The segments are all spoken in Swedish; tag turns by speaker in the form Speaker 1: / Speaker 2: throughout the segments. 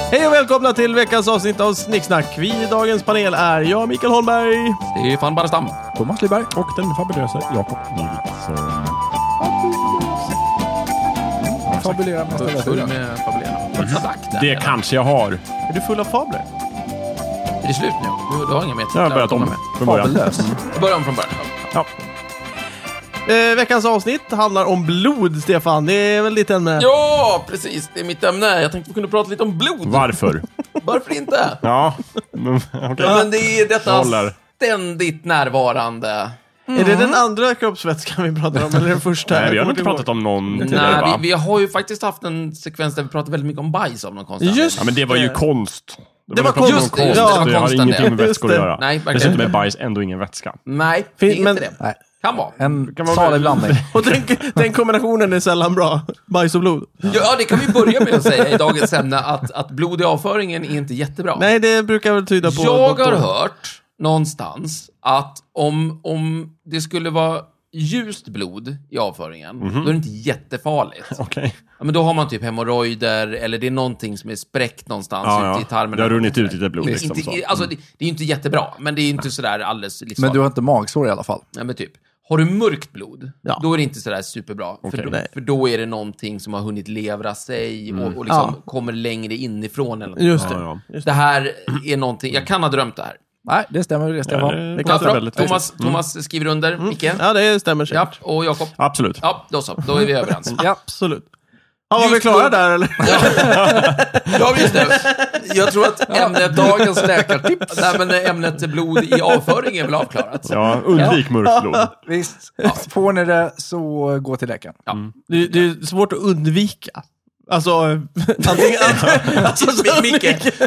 Speaker 1: Hej och välkomna till veckans avsnitt av Snicksnack. Vi i dagens panel är jag, Mikael Holmberg,
Speaker 2: Stefan Barstam,
Speaker 3: Thomas Lyberg och den fabulösa Jakob Nilsson. Fabulera med ställa
Speaker 2: full med fabulera.
Speaker 3: Det kanske jag har.
Speaker 1: är du full av fabler?
Speaker 2: Är det slut nu? Du har inga mer.
Speaker 3: Jag har börjat om från början.
Speaker 2: Börja om från början.
Speaker 3: Ja.
Speaker 1: Veckans avsnitt handlar om blod, Stefan. Det är väl ditt ämne?
Speaker 2: Ja, precis. Det är mitt ämne. Jag tänkte vi kunde prata lite om blod.
Speaker 3: Varför?
Speaker 2: Varför inte?
Speaker 3: Ja, men, okay.
Speaker 2: Ja, men det är detta
Speaker 3: Håller.
Speaker 2: ständigt närvarande.
Speaker 1: Är det den andra kroppsvätskan vi pratar om, eller den första?
Speaker 3: Nej, vi har inte pratat om någon tidigare,
Speaker 2: Nej,
Speaker 3: va?
Speaker 2: vi har ju faktiskt haft en sekvens där vi pratade väldigt mycket om bajs av någon konstig
Speaker 1: Just
Speaker 3: Ja, men det var ju konst.
Speaker 1: Det var konst.
Speaker 3: Just det,
Speaker 1: Ja,
Speaker 3: det
Speaker 2: var
Speaker 3: har
Speaker 2: konsten,
Speaker 3: ingenting med
Speaker 2: det.
Speaker 3: vätskor att göra.
Speaker 2: Nej, verkligen.
Speaker 3: Dessutom är bajs ändå ingen vätska.
Speaker 2: Nej, det är
Speaker 1: Men-
Speaker 2: inte det.
Speaker 3: Nej.
Speaker 2: Kan vara.
Speaker 3: En
Speaker 1: salig blandning. Och den kombinationen är sällan bra. Bajs och blod.
Speaker 2: Ja, det kan vi börja med att säga i dagens ämne att blod i avföringen är inte jättebra.
Speaker 1: Nej, det brukar väl tyda på...
Speaker 2: Jag har hört någonstans att om det skulle vara ljust blod i avföringen, då är det inte jättefarligt.
Speaker 3: Okej.
Speaker 2: Ja, men då har man typ hemorrojder eller det är någonting som är spräckt någonstans ute i tarmen.
Speaker 3: Det har runnit ut lite blod.
Speaker 2: Det är
Speaker 3: Liksom,
Speaker 2: inte,
Speaker 3: så.
Speaker 2: alltså, det är ju inte jättebra, men det är inte sådär alldeles livsfarligt.
Speaker 4: Men du har inte magsår i alla fall?
Speaker 2: Ja, men typ. Har du mörkt blod,
Speaker 1: Ja.
Speaker 2: då är det inte sådär superbra.
Speaker 3: Okej.
Speaker 2: För då är det någonting som har hunnit levra sig och liksom kommer längre inifrån. Eller något.
Speaker 1: Just det.
Speaker 3: Ja, ja.
Speaker 2: Det här är någonting, jag kan ha drömt det här.
Speaker 4: Nej, det stämmer. Det stämmer.
Speaker 3: Det
Speaker 1: kan
Speaker 3: låter väldigt
Speaker 2: Thomas skriver under, Micke.
Speaker 1: Ja, det stämmer
Speaker 2: Ja,
Speaker 1: säkert.
Speaker 2: och Jakob.
Speaker 3: Absolut.
Speaker 2: Ja, då är vi överens.
Speaker 4: Ja.
Speaker 1: Absolut. Ja, var vi klara där, eller?
Speaker 2: Ja, just det. Jag tror att ämnet
Speaker 4: Dagens läkartips.
Speaker 2: Nej, men ämnet blod i avföring är väl avklarat.
Speaker 3: Ja, undvik mörkt blod.
Speaker 4: Visst. Får ni det så gå till läkaren.
Speaker 2: Ja.
Speaker 1: Det är svårt att undvika. Alltså, antingen...
Speaker 2: Micke,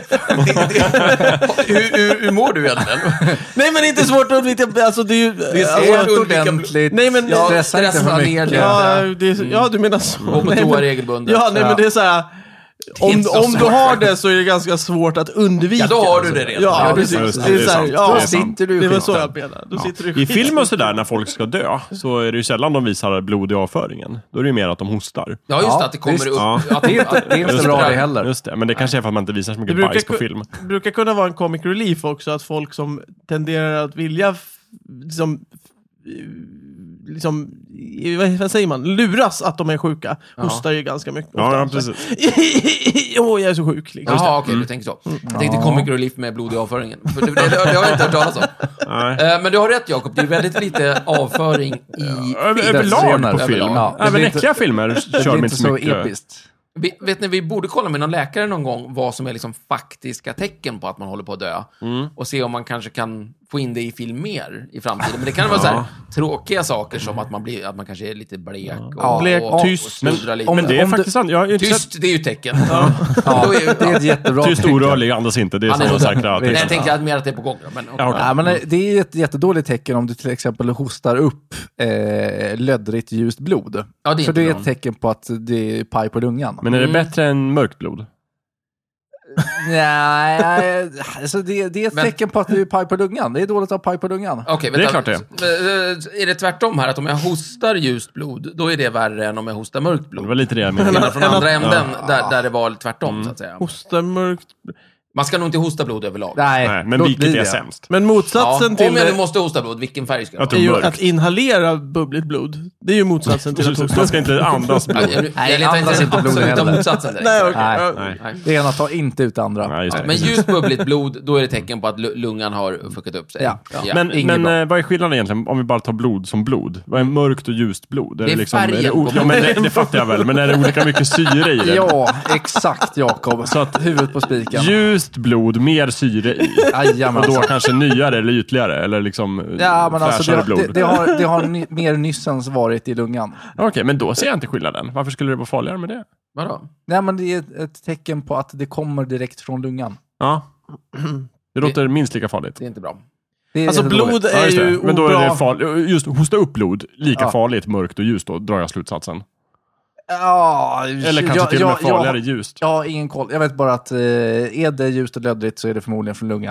Speaker 2: hur mår du egentligen?
Speaker 1: Nej, men inte svårt att undvika. Alltså, det är ju...
Speaker 4: Det
Speaker 1: alltså,
Speaker 4: är ordentligt.
Speaker 1: Nej, men...
Speaker 2: Ja,
Speaker 4: stressa inte för mycket.
Speaker 1: Ja, du menar så.
Speaker 2: Gå på
Speaker 1: Nej,
Speaker 2: toa
Speaker 1: men-
Speaker 2: regelbundet.
Speaker 1: Ja, nej, men det är så här...
Speaker 2: är inte så
Speaker 1: Om du
Speaker 2: svårt,
Speaker 1: har
Speaker 2: faktiskt.
Speaker 1: det så är det ganska svårt att undvika.
Speaker 2: Ja, då har du det redan.
Speaker 1: Ja,
Speaker 2: Ja,
Speaker 1: precis.
Speaker 3: just det.
Speaker 1: Det är
Speaker 3: Det är
Speaker 1: så här,
Speaker 3: sant.
Speaker 1: ja,
Speaker 3: Det är
Speaker 4: Då
Speaker 3: sant.
Speaker 4: sitter du
Speaker 1: det
Speaker 4: i
Speaker 1: var så
Speaker 4: skiten.
Speaker 1: jag menar. Då sitter du
Speaker 3: I film och sådär, när folk ska dö, så är det ju sällan de visar blod i avföringen. Då är det ju mer att de hostar.
Speaker 2: Ja, just det,
Speaker 4: Ja,
Speaker 2: att det kommer
Speaker 4: visst.
Speaker 2: upp.
Speaker 3: Ja.
Speaker 2: Att
Speaker 4: Det är inte
Speaker 3: Just
Speaker 4: bra
Speaker 3: det.
Speaker 4: det heller.
Speaker 3: Just det, men det kanske är för att man inte visar så mycket
Speaker 1: Det
Speaker 3: bajs på film.
Speaker 1: brukar kunna vara en comic relief också, att folk som tenderar att vilja vad säger man? Luras att de är sjuka. Hostar ju ganska mycket.
Speaker 3: Ja,
Speaker 1: ofta.
Speaker 3: precis.
Speaker 1: Åh, jag är så sjuk. Liksom.
Speaker 2: Jaha, okej, du tänker så. Jag tänkte comic relief med blod i avföringen. För det har jag inte hört talas om.
Speaker 3: Nej.
Speaker 2: Men du har rätt, Jakob. Det är väldigt lite avföring i...
Speaker 3: Överlag på
Speaker 4: Överlag.
Speaker 3: film.
Speaker 4: Ja, det
Speaker 3: Även
Speaker 4: blir inte-
Speaker 3: äckliga filmer
Speaker 4: Det
Speaker 3: kör
Speaker 4: blir
Speaker 3: de
Speaker 4: inte
Speaker 3: inte så
Speaker 4: så
Speaker 3: mycket.
Speaker 4: episkt.
Speaker 2: Vet ni, vi borde kolla med någon läkare någon gång vad som är liksom faktiska tecken på att man håller på att dö. Och se om man kanske kan få in det i film mer i framtiden. Men det kan vara så här tråkiga saker som att man kanske är lite blek och,
Speaker 1: Blek,
Speaker 2: och
Speaker 1: tyst.
Speaker 2: sluddrar lite.
Speaker 3: Men det är
Speaker 4: om
Speaker 3: faktiskt sant. Jag har ju inte sett
Speaker 2: Tyst, det är ju tecken.
Speaker 4: Ja,
Speaker 2: Då är-
Speaker 4: det är ett jättebra
Speaker 3: tyst
Speaker 4: tecken.
Speaker 3: orörlig, andas inte. Det är
Speaker 2: Han är
Speaker 3: så
Speaker 2: nog
Speaker 3: säkra
Speaker 2: Nej, jag
Speaker 3: tecken.
Speaker 2: tänkte mer att det är på gång. Men,
Speaker 3: Ja, okej.
Speaker 4: Ja, men det är ett jättedåligt tecken om du till exempel hostar upp löddrigt ljust blod.
Speaker 2: Ja, det är
Speaker 4: För
Speaker 2: inte
Speaker 4: det är
Speaker 2: bra.
Speaker 4: ett tecken på att det är paj på lungan.
Speaker 3: Men är det bättre än mörkt blod?
Speaker 4: Nej, alltså det är ett
Speaker 2: Men-
Speaker 4: tecken på att det är paj på lungan. Det är dåligt att ha paj på lungan.
Speaker 2: Okej,
Speaker 3: Det är
Speaker 2: vänta.
Speaker 3: klart det.
Speaker 2: Är det tvärtom här? Att om jag hostar ljust blod, då är det värre än om jag hostar mörkt
Speaker 3: Det
Speaker 2: blod?
Speaker 3: var lite det jag
Speaker 2: Skillnad
Speaker 3: menade.
Speaker 2: från andra ämnen där det var tvärtom, så att säga.
Speaker 1: Hostar mörkt.
Speaker 2: Man ska nog inte hosta blod överlag.
Speaker 3: Nej, men
Speaker 4: låt
Speaker 3: vilket
Speaker 4: bli
Speaker 3: är
Speaker 4: det.
Speaker 3: sämst?
Speaker 1: Men
Speaker 2: Ja,
Speaker 1: motsatsen
Speaker 2: om
Speaker 1: till
Speaker 2: jag nu måste hosta blod, vilken färg ska det
Speaker 3: Att
Speaker 2: vara?
Speaker 3: du
Speaker 1: är ju
Speaker 3: mörkt.
Speaker 1: att inhalera bubbligt blod. Det är ju motsatsen till att hosta.
Speaker 3: Man ska inte andas
Speaker 2: Ja,
Speaker 3: blod.
Speaker 2: jag letar
Speaker 4: andas
Speaker 2: inte
Speaker 4: inte blod
Speaker 2: absoluta
Speaker 4: heller.
Speaker 2: motsatsen direkt.
Speaker 1: Nej, okej.
Speaker 4: Nej.
Speaker 1: Ja.
Speaker 3: Nej.
Speaker 2: Nej.
Speaker 4: Det ena tar inte ut andra.
Speaker 3: Nej, just det.
Speaker 2: Men ljust bubbligt blod, då är det tecken på att lungan har fuckat upp sig.
Speaker 4: Ja.
Speaker 3: Men,
Speaker 4: Inget bra.
Speaker 3: vad är skillnaden egentligen om vi bara tar blod som blod? Vad är mörkt och ljust blod?
Speaker 2: Det är färgen på
Speaker 3: ja, men det fattar jag väl, men är det olika mycket syre i det?
Speaker 4: Ja, exakt Jakob.
Speaker 3: Så att
Speaker 4: Huvudet på spiken.
Speaker 3: ljust blod, mer syre i. Och då kanske nyare eller ytligare, eller liksom
Speaker 4: Ja, men alltså
Speaker 3: fräschare blod.
Speaker 4: det har mer nyssens varit i lungan.
Speaker 3: Okej, men då ser jag inte skillnaden. Varför skulle det vara farligare med det?
Speaker 2: Vadå?
Speaker 4: Nej, men det är ett tecken på att det kommer direkt från lungan.
Speaker 3: Ja. Det låter minst lika farligt.
Speaker 2: Det är inte bra.
Speaker 4: Det är
Speaker 1: Alltså
Speaker 4: jättedåligt.
Speaker 1: blod
Speaker 3: Ja,
Speaker 1: är
Speaker 3: just det.
Speaker 1: ju
Speaker 3: Men då är det
Speaker 1: obra.
Speaker 3: farligt. Just hosta upp blod, lika
Speaker 4: Ja.
Speaker 3: farligt mörkt och ljust då, drar jag slutsatsen.
Speaker 4: Ja,
Speaker 3: Eller kanske till och med farligare ljust.
Speaker 4: Jag har ingen koll. Jag vet bara att är det ljust och löddrigt så är det förmodligen från lungan.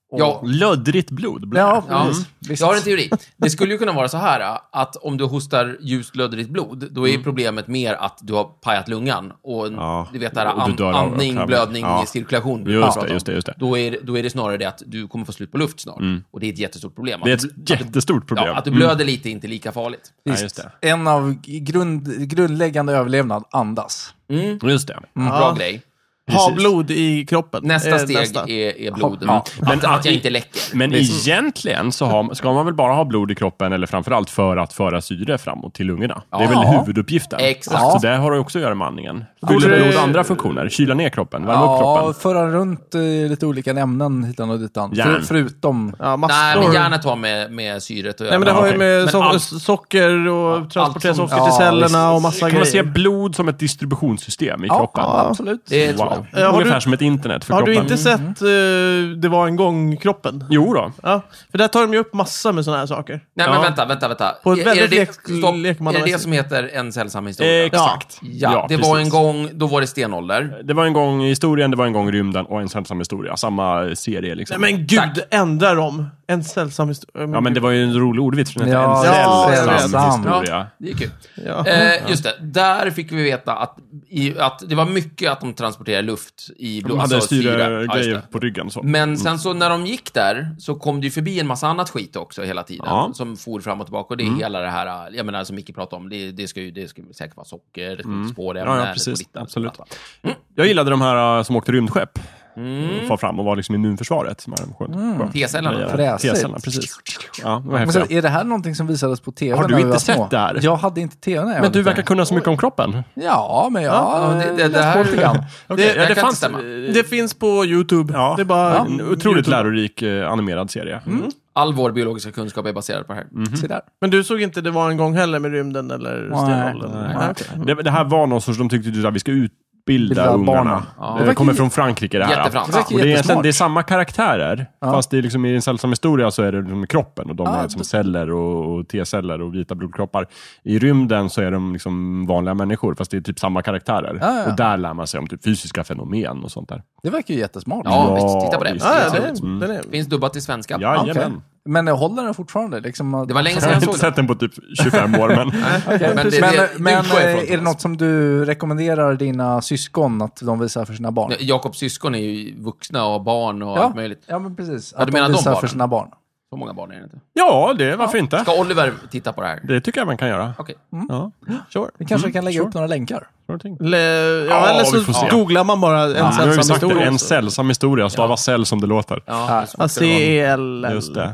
Speaker 2: Ja.
Speaker 3: Löddrigt blod.
Speaker 4: Ja,
Speaker 2: Ja,
Speaker 4: precis.
Speaker 2: jag har en teori. Det skulle ju kunna vara så här att om du hostar ljust löddrigt blod, då är problemet mer att du har pajat lungan och du vet det här
Speaker 3: och du dör av
Speaker 2: andning,
Speaker 3: kräm.
Speaker 2: blödning, cirkulation.
Speaker 3: Just det.
Speaker 2: Då är det snarare det att du kommer få slut på luft snart. Och det är ett jättestort problem.
Speaker 3: Det är ett jättestort problem.
Speaker 2: Ja, att du blöder lite är inte lika farligt.
Speaker 3: Ja, just det.
Speaker 4: En av grundläggande överlevnad, andas.
Speaker 3: Just det.
Speaker 2: Bra grej.
Speaker 1: Ha blod i kroppen.
Speaker 2: Nästa steg är blod.
Speaker 4: Ja.
Speaker 2: Men att jag inte läcker.
Speaker 3: Men egentligen så ska man väl bara ha blod i kroppen, eller framförallt för att föra syre framåt till lungorna. Det är väl huvuduppgiften.
Speaker 2: Exakt.
Speaker 3: Så det har det också att göra med andningen. Fyller blod andra funktioner. Kyla ner kroppen, värma upp kroppen.
Speaker 4: Föra runt lite olika ämnen hitan och ditan.
Speaker 3: Järn.
Speaker 4: Förutom...
Speaker 1: Ja,
Speaker 2: Nej, men järnet har med syret att göra.
Speaker 1: Nej, men det har ju
Speaker 3: okej.
Speaker 1: med
Speaker 3: Men
Speaker 1: socker och transportera
Speaker 2: allt som-
Speaker 1: socker till cellerna och massa
Speaker 3: Kan
Speaker 1: grejer.
Speaker 3: man se blod som ett distributionssystem i kroppen?
Speaker 4: absolut.
Speaker 2: Det tror jag.
Speaker 3: Wow.
Speaker 1: Ja, har
Speaker 3: Ungefär
Speaker 1: du-
Speaker 3: som ett internet för
Speaker 1: Har
Speaker 3: kroppen.
Speaker 1: du inte sett Det var en gång-kroppen?
Speaker 3: Jo då.
Speaker 1: Ja, för där tar de ju upp massa med såna här saker.
Speaker 2: Nej,
Speaker 3: Ja.
Speaker 2: men vänta.
Speaker 1: På ett väldigt
Speaker 2: är det det
Speaker 1: lekmannamässigt.
Speaker 2: som heter En sällsam historia?
Speaker 3: Exakt.
Speaker 2: Ja, det var en
Speaker 3: precis.
Speaker 2: gång, då var det stenålder.
Speaker 3: Det var en gång i historien, det var en gång i rymden och en sällsam historia. Samma serie liksom.
Speaker 1: Nej men gud, ändrar de. En sällsam historia.
Speaker 3: Ja, men det var ju en rolig ordvits. För
Speaker 4: Ja,
Speaker 3: en
Speaker 1: sällsam
Speaker 3: sällsam historia.
Speaker 2: Det är kul.
Speaker 1: Ja.
Speaker 2: Just det, där fick vi veta att det var mycket att de transporterade luft i blod.
Speaker 3: De hade
Speaker 2: alltså syre. Ja, just
Speaker 3: styregrejer
Speaker 2: det.
Speaker 3: på ryggen. Så.
Speaker 2: Men sen så när de gick där så kom det ju förbi en massa annat skit också hela tiden.
Speaker 3: Ja.
Speaker 2: Som for fram och tillbaka. Och det är hela det här, jag menar som Micke pratade om, det ska säkert vara socker, det ska vara spårämnen.
Speaker 3: Ja, precis. Absolut. Jag gillade de här som åkte rymdskepp. Far fram och var liksom immunförsvaret.
Speaker 2: T-cellerna.
Speaker 4: Fräsigt.
Speaker 3: T-cellerna, precis. Ja, det var
Speaker 4: Men så,
Speaker 3: häftigt.
Speaker 4: är det här någonting som visades på tv
Speaker 3: Har du
Speaker 4: när vi
Speaker 3: inte
Speaker 4: var
Speaker 3: sett
Speaker 4: små?
Speaker 3: det här?
Speaker 4: Jag hade inte tv när jag
Speaker 3: Men
Speaker 4: var
Speaker 3: du
Speaker 4: liten.
Speaker 3: verkar kunna så mycket om kroppen.
Speaker 4: Ja, men
Speaker 2: det här-
Speaker 4: lite grann.
Speaker 3: Okej,
Speaker 2: det
Speaker 3: det
Speaker 2: kan
Speaker 3: fanns
Speaker 2: stämma.
Speaker 1: Det finns på YouTube.
Speaker 3: Ja.
Speaker 1: Det är bara
Speaker 3: en otroligt lärorik animerad serie.
Speaker 2: All vår biologiska kunskap är baserad på det här.
Speaker 4: Se där.
Speaker 1: Men du såg inte det var en gång heller med rymden eller stenåldern?
Speaker 3: Nej.
Speaker 1: Nej, okej.
Speaker 3: Det här var någon sorts, de tyckte att vi ska utbilda
Speaker 4: Bilda
Speaker 3: ungarna.
Speaker 4: barnen.
Speaker 2: Ja.
Speaker 3: Det kommer från Frankrike det här.
Speaker 2: Jättefranskt.
Speaker 4: Det verkar
Speaker 3: Och det är,
Speaker 4: jättesmart.
Speaker 3: det är samma karaktärer, fast det är liksom i en sällsam historia så är det liksom kroppen och de är som celler och T-celler och vita blodkroppar. I rymden så är de liksom vanliga människor, fast det är typ samma karaktärer.
Speaker 4: Ja.
Speaker 3: Och där lär man sig om typ fysiska fenomen och sånt där.
Speaker 4: Det verkar ju jättesmart.
Speaker 2: Ja, visst, titta på det.
Speaker 3: visst.
Speaker 1: Ja,
Speaker 2: Det
Speaker 1: den är...
Speaker 2: finns dubbat till svenska.
Speaker 3: Jajamän.
Speaker 4: Okej. Men håller den fortfarande? Liksom,
Speaker 2: Det var länge
Speaker 3: Jag
Speaker 2: sedan
Speaker 3: har
Speaker 2: jag
Speaker 3: inte
Speaker 2: såg den.
Speaker 3: sett den på typ 25 år, men...
Speaker 4: Okej.
Speaker 2: Men
Speaker 4: Men
Speaker 2: utgår jag ifrån,
Speaker 4: är det
Speaker 2: Thomas.
Speaker 4: något som du rekommenderar dina syskon att de visar för sina barn?
Speaker 2: Jakobs syskon är ju vuxna och barn och allt möjligt.
Speaker 4: Ja, men precis.
Speaker 2: Ja, du
Speaker 4: Att
Speaker 2: menar
Speaker 4: de
Speaker 2: de
Speaker 4: visar
Speaker 2: barnen?
Speaker 4: för sina barn.
Speaker 2: Så många barn är det inte.
Speaker 3: Ja, varför inte?
Speaker 2: Ska Oliver titta på det här?
Speaker 3: Det tycker jag man kan göra.
Speaker 2: Okej.
Speaker 3: Ja, sure.
Speaker 4: Vi kanske kan lägga upp några länkar.
Speaker 1: Eller
Speaker 3: vi får
Speaker 1: så
Speaker 3: se.
Speaker 1: googlar man bara en
Speaker 3: Nu har vi
Speaker 1: sällsam
Speaker 3: sagt det,
Speaker 1: historia.
Speaker 3: en sällsam historia. Stava cell som det låter.
Speaker 2: Ja.
Speaker 1: C-E-L.
Speaker 3: Just det.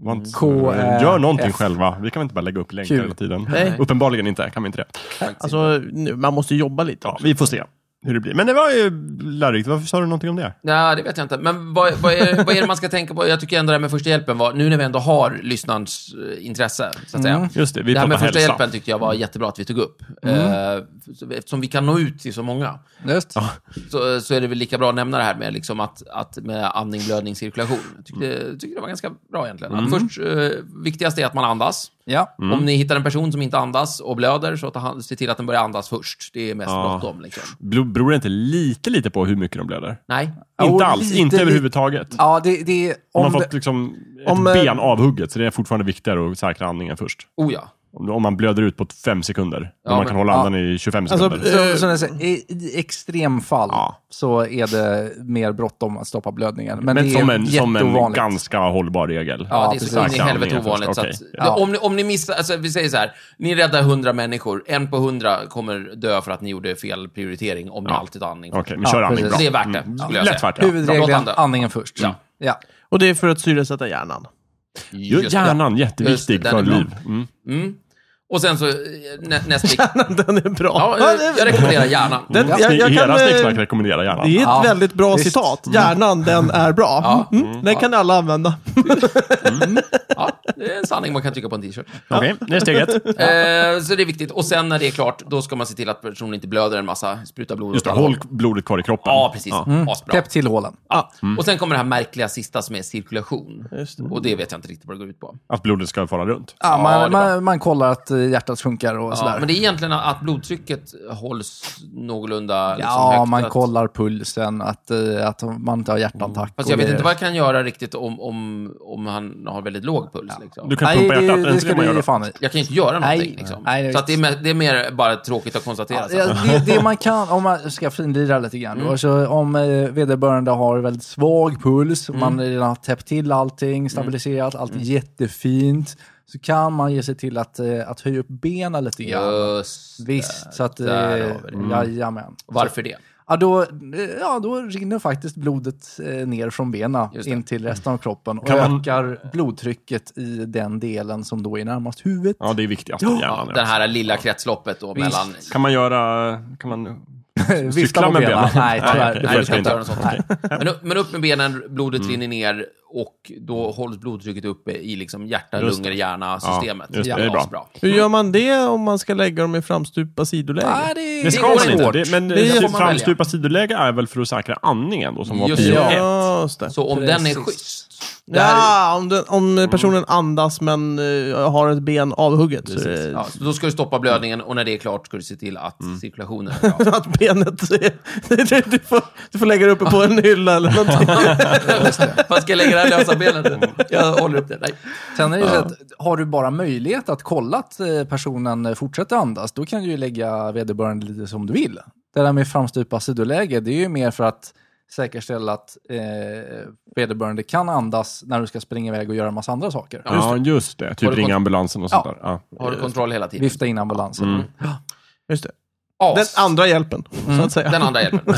Speaker 4: K-Ä-F.
Speaker 3: Gör någonting själva. Vi kan väl inte bara lägga upp länkar
Speaker 4: Kul.
Speaker 3: hela tiden.
Speaker 1: Nej.
Speaker 3: Uppenbarligen inte, kan vi inte det.
Speaker 1: Alltså, man måste jobba lite.
Speaker 3: Ja, vi får se hur det blir. Men det var ju lärorikt. Varför sa du någonting om det?
Speaker 2: Nej, det vet jag inte. Men vad är det man ska tänka på? Jag tycker ändå det här med första hjälpen var, nu när vi ändå har lyssnarens intresse, så att säga.
Speaker 3: Just det, vi
Speaker 2: Det här med
Speaker 3: pratar
Speaker 2: första
Speaker 3: hälsa.
Speaker 2: hjälpen tycker jag var jättebra att vi tog upp. Eftersom vi kan nå ut till så många.
Speaker 4: Just.
Speaker 2: Så är det väl lika bra att nämna det här med, liksom att med andning, blödning, cirkulation. Jag tycker det var ganska bra egentligen. Att först, viktigast är att man andas.
Speaker 4: Ja.
Speaker 2: Om ni hittar en person som inte andas och blöder, så se till att den börjar andas först. Det är mest bråttom. Liksom.
Speaker 3: Beror det inte lite på hur mycket de blöder?
Speaker 2: Nej.
Speaker 3: Inte alls,
Speaker 4: lite,
Speaker 3: inte
Speaker 4: lite.
Speaker 3: överhuvudtaget.
Speaker 4: Ja, det är...
Speaker 3: Om man
Speaker 4: Om
Speaker 3: fått liksom
Speaker 1: om,
Speaker 3: ett ben avhugget, så det är fortfarande viktigare att säkra andningen först.
Speaker 2: Oh ja.
Speaker 3: Om man blöder ut på 5 sekunder.
Speaker 2: Ja,
Speaker 3: om man
Speaker 2: men-
Speaker 3: kan hålla andan i 25
Speaker 1: Alltså,
Speaker 3: sekunder.
Speaker 4: så jag säger, i extremfall
Speaker 3: Ja.
Speaker 4: så är det mer bråttom att stoppa blödningen. Men,
Speaker 3: Men
Speaker 4: det
Speaker 3: som
Speaker 4: är
Speaker 3: en
Speaker 4: jätteovanligt.
Speaker 3: ganska hållbar regel.
Speaker 2: Ja, det är
Speaker 4: precis.
Speaker 2: så in i
Speaker 3: Säkra
Speaker 2: helvete
Speaker 3: andningen
Speaker 2: ovanligt.
Speaker 3: först.
Speaker 2: Så
Speaker 3: Okej.
Speaker 2: att,
Speaker 4: Ja.
Speaker 2: om ni missar, alltså vi säger så här, ni räddar 100 människor, 1 på 100 kommer dö för att ni gjorde fel prioritering om ni alltid tar andning.
Speaker 3: Okej, men kör
Speaker 4: Ja,
Speaker 3: andning
Speaker 4: precis.
Speaker 3: bra.
Speaker 2: Det är värt det, skulle jag
Speaker 3: Lätt
Speaker 2: säga.
Speaker 3: värt, ja.
Speaker 4: Huvudregeln,
Speaker 2: Låt andra.
Speaker 4: andningen först.
Speaker 2: Ja.
Speaker 4: Ja.
Speaker 1: Och det är för att syresätta hjärnan.
Speaker 2: Just det.
Speaker 3: Hjärnan, jätteviktig
Speaker 2: Just det,
Speaker 3: för
Speaker 2: den är bra.
Speaker 3: liv. Mm.
Speaker 2: Och sen så, nästa...
Speaker 1: Den är bra.
Speaker 2: Ja, jag rekommenderar hjärnan.
Speaker 1: Den,
Speaker 3: Ja,
Speaker 1: jag kan,
Speaker 3: era snicksnack rekommenderar hjärnan.
Speaker 1: det är ett
Speaker 4: Ja,
Speaker 1: väldigt bra
Speaker 4: visst.
Speaker 1: citat. Hjärnan, den är bra.
Speaker 2: Ja.
Speaker 1: Den kan alla använda.
Speaker 2: Ja, det är en sanning man kan trycka på en t-shirt.
Speaker 3: Okej, det är steget.
Speaker 2: Så det är viktigt. Och sen när det är klart, då ska man se till att personen inte blöder en massa, spruta blod.
Speaker 3: Just det,
Speaker 2: åt alla
Speaker 3: håll
Speaker 2: håll.
Speaker 3: blodet kvar i kroppen.
Speaker 2: Ja, precis. Asbra.
Speaker 4: Täpp till hålen.
Speaker 2: Ja. Och sen kommer det här märkliga sista som är cirkulation.
Speaker 1: Just det.
Speaker 2: Och det vet jag inte riktigt vad det går ut på.
Speaker 3: Att blodet ska fara runt.
Speaker 4: Ja,
Speaker 2: Ja, det är bra.
Speaker 4: man kollar att hjärtat funkar och sådär.
Speaker 2: Men det är egentligen att blodtrycket hålls någorlunda liksom,
Speaker 4: Ja,
Speaker 2: högt.
Speaker 4: man kollar pulsen, att man inte har hjärtattack.
Speaker 2: Fast jag vet inte vad jag kan göra riktigt om han har väldigt låg puls. Liksom.
Speaker 3: Du kan pumpa hjärtat,
Speaker 4: det ska du fan i.
Speaker 2: Jag kan inte göra någonting.
Speaker 4: Nej.
Speaker 2: Liksom.
Speaker 4: Nej,
Speaker 2: så att det är mer bara tråkigt att konstatera.
Speaker 4: Det man kan, om man ska finlira lite grann då, så om vederbörande har väldigt svag puls, man redan har täppt till allting, stabiliserat, allt är jättefint, så kan man ge sig till att höja upp benen lite grann. Visst, så att jajamän.
Speaker 2: Varför det?
Speaker 4: Ja, då rinner faktiskt blodet ner från benen in till resten av kroppen och ökar blodtrycket i den delen som då är närmast huvudet.
Speaker 3: Ja, det är viktigast.
Speaker 2: Ja, det här lilla kretsloppet då mellan...
Speaker 3: Kan man
Speaker 4: Cykla med benen? Nej, tyvärr.
Speaker 2: Nej, det ska inte göra något sånt. Men upp med benen, blodet rinner ner och då hålls blodtrycket uppe i liksom hjärta, lungor, hjärna, systemet.
Speaker 3: Ja, det är bra.
Speaker 1: Hur gör man det om man ska lägga dem i framstupa sidoläge?
Speaker 3: Det ska man inte. Men framstupa sidoläge är väl för att säkra andningen då, som var prio 1.
Speaker 1: Just det.
Speaker 2: Så om den är schysst.
Speaker 1: Ja, om personen andas men har ett ben avhugget. Så
Speaker 2: ja, så då ska du stoppa blödningen och när det är klart ska du se till att cirkulationen är bra.
Speaker 1: att benet du får lägga det uppe på en hylla eller någonting.
Speaker 2: Vad ska jag lägga det här lösa benet? Jag håller upp det. Nej.
Speaker 4: Sen är det så att har du bara möjlighet att kolla att personen fortsätter andas, då kan du ju lägga vederbörande lite som du vill. Det där med framstupa sidoläge, det är ju mer för att säkerställa att vederbörande kan andas när du ska springa iväg och göra en massa andra saker.
Speaker 3: Ja, just det. Typ ringa ambulansen och sånt där. Ja.
Speaker 2: Har du kontroll hela tiden?
Speaker 4: Vifta in ambulansen.
Speaker 1: Just det. Den andra hjälpen, så att säga.
Speaker 2: Den andra hjälpen.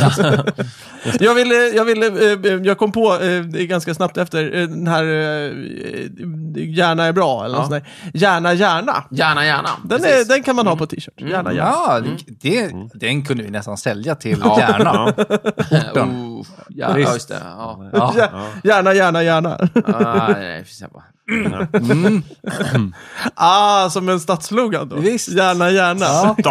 Speaker 1: Jag kom på ganska snabbt efter den här Gärna är bra eller något sånt där. Gärna. Den kan man ha på t-shirt. Gärna.
Speaker 4: Ja, den kunde vi nästan sälja till Gärna.
Speaker 2: Ja, just det. Ja.
Speaker 1: Gärna.
Speaker 2: Nej,
Speaker 1: som en stadsslogan då.
Speaker 4: Visst.
Speaker 1: Gärna.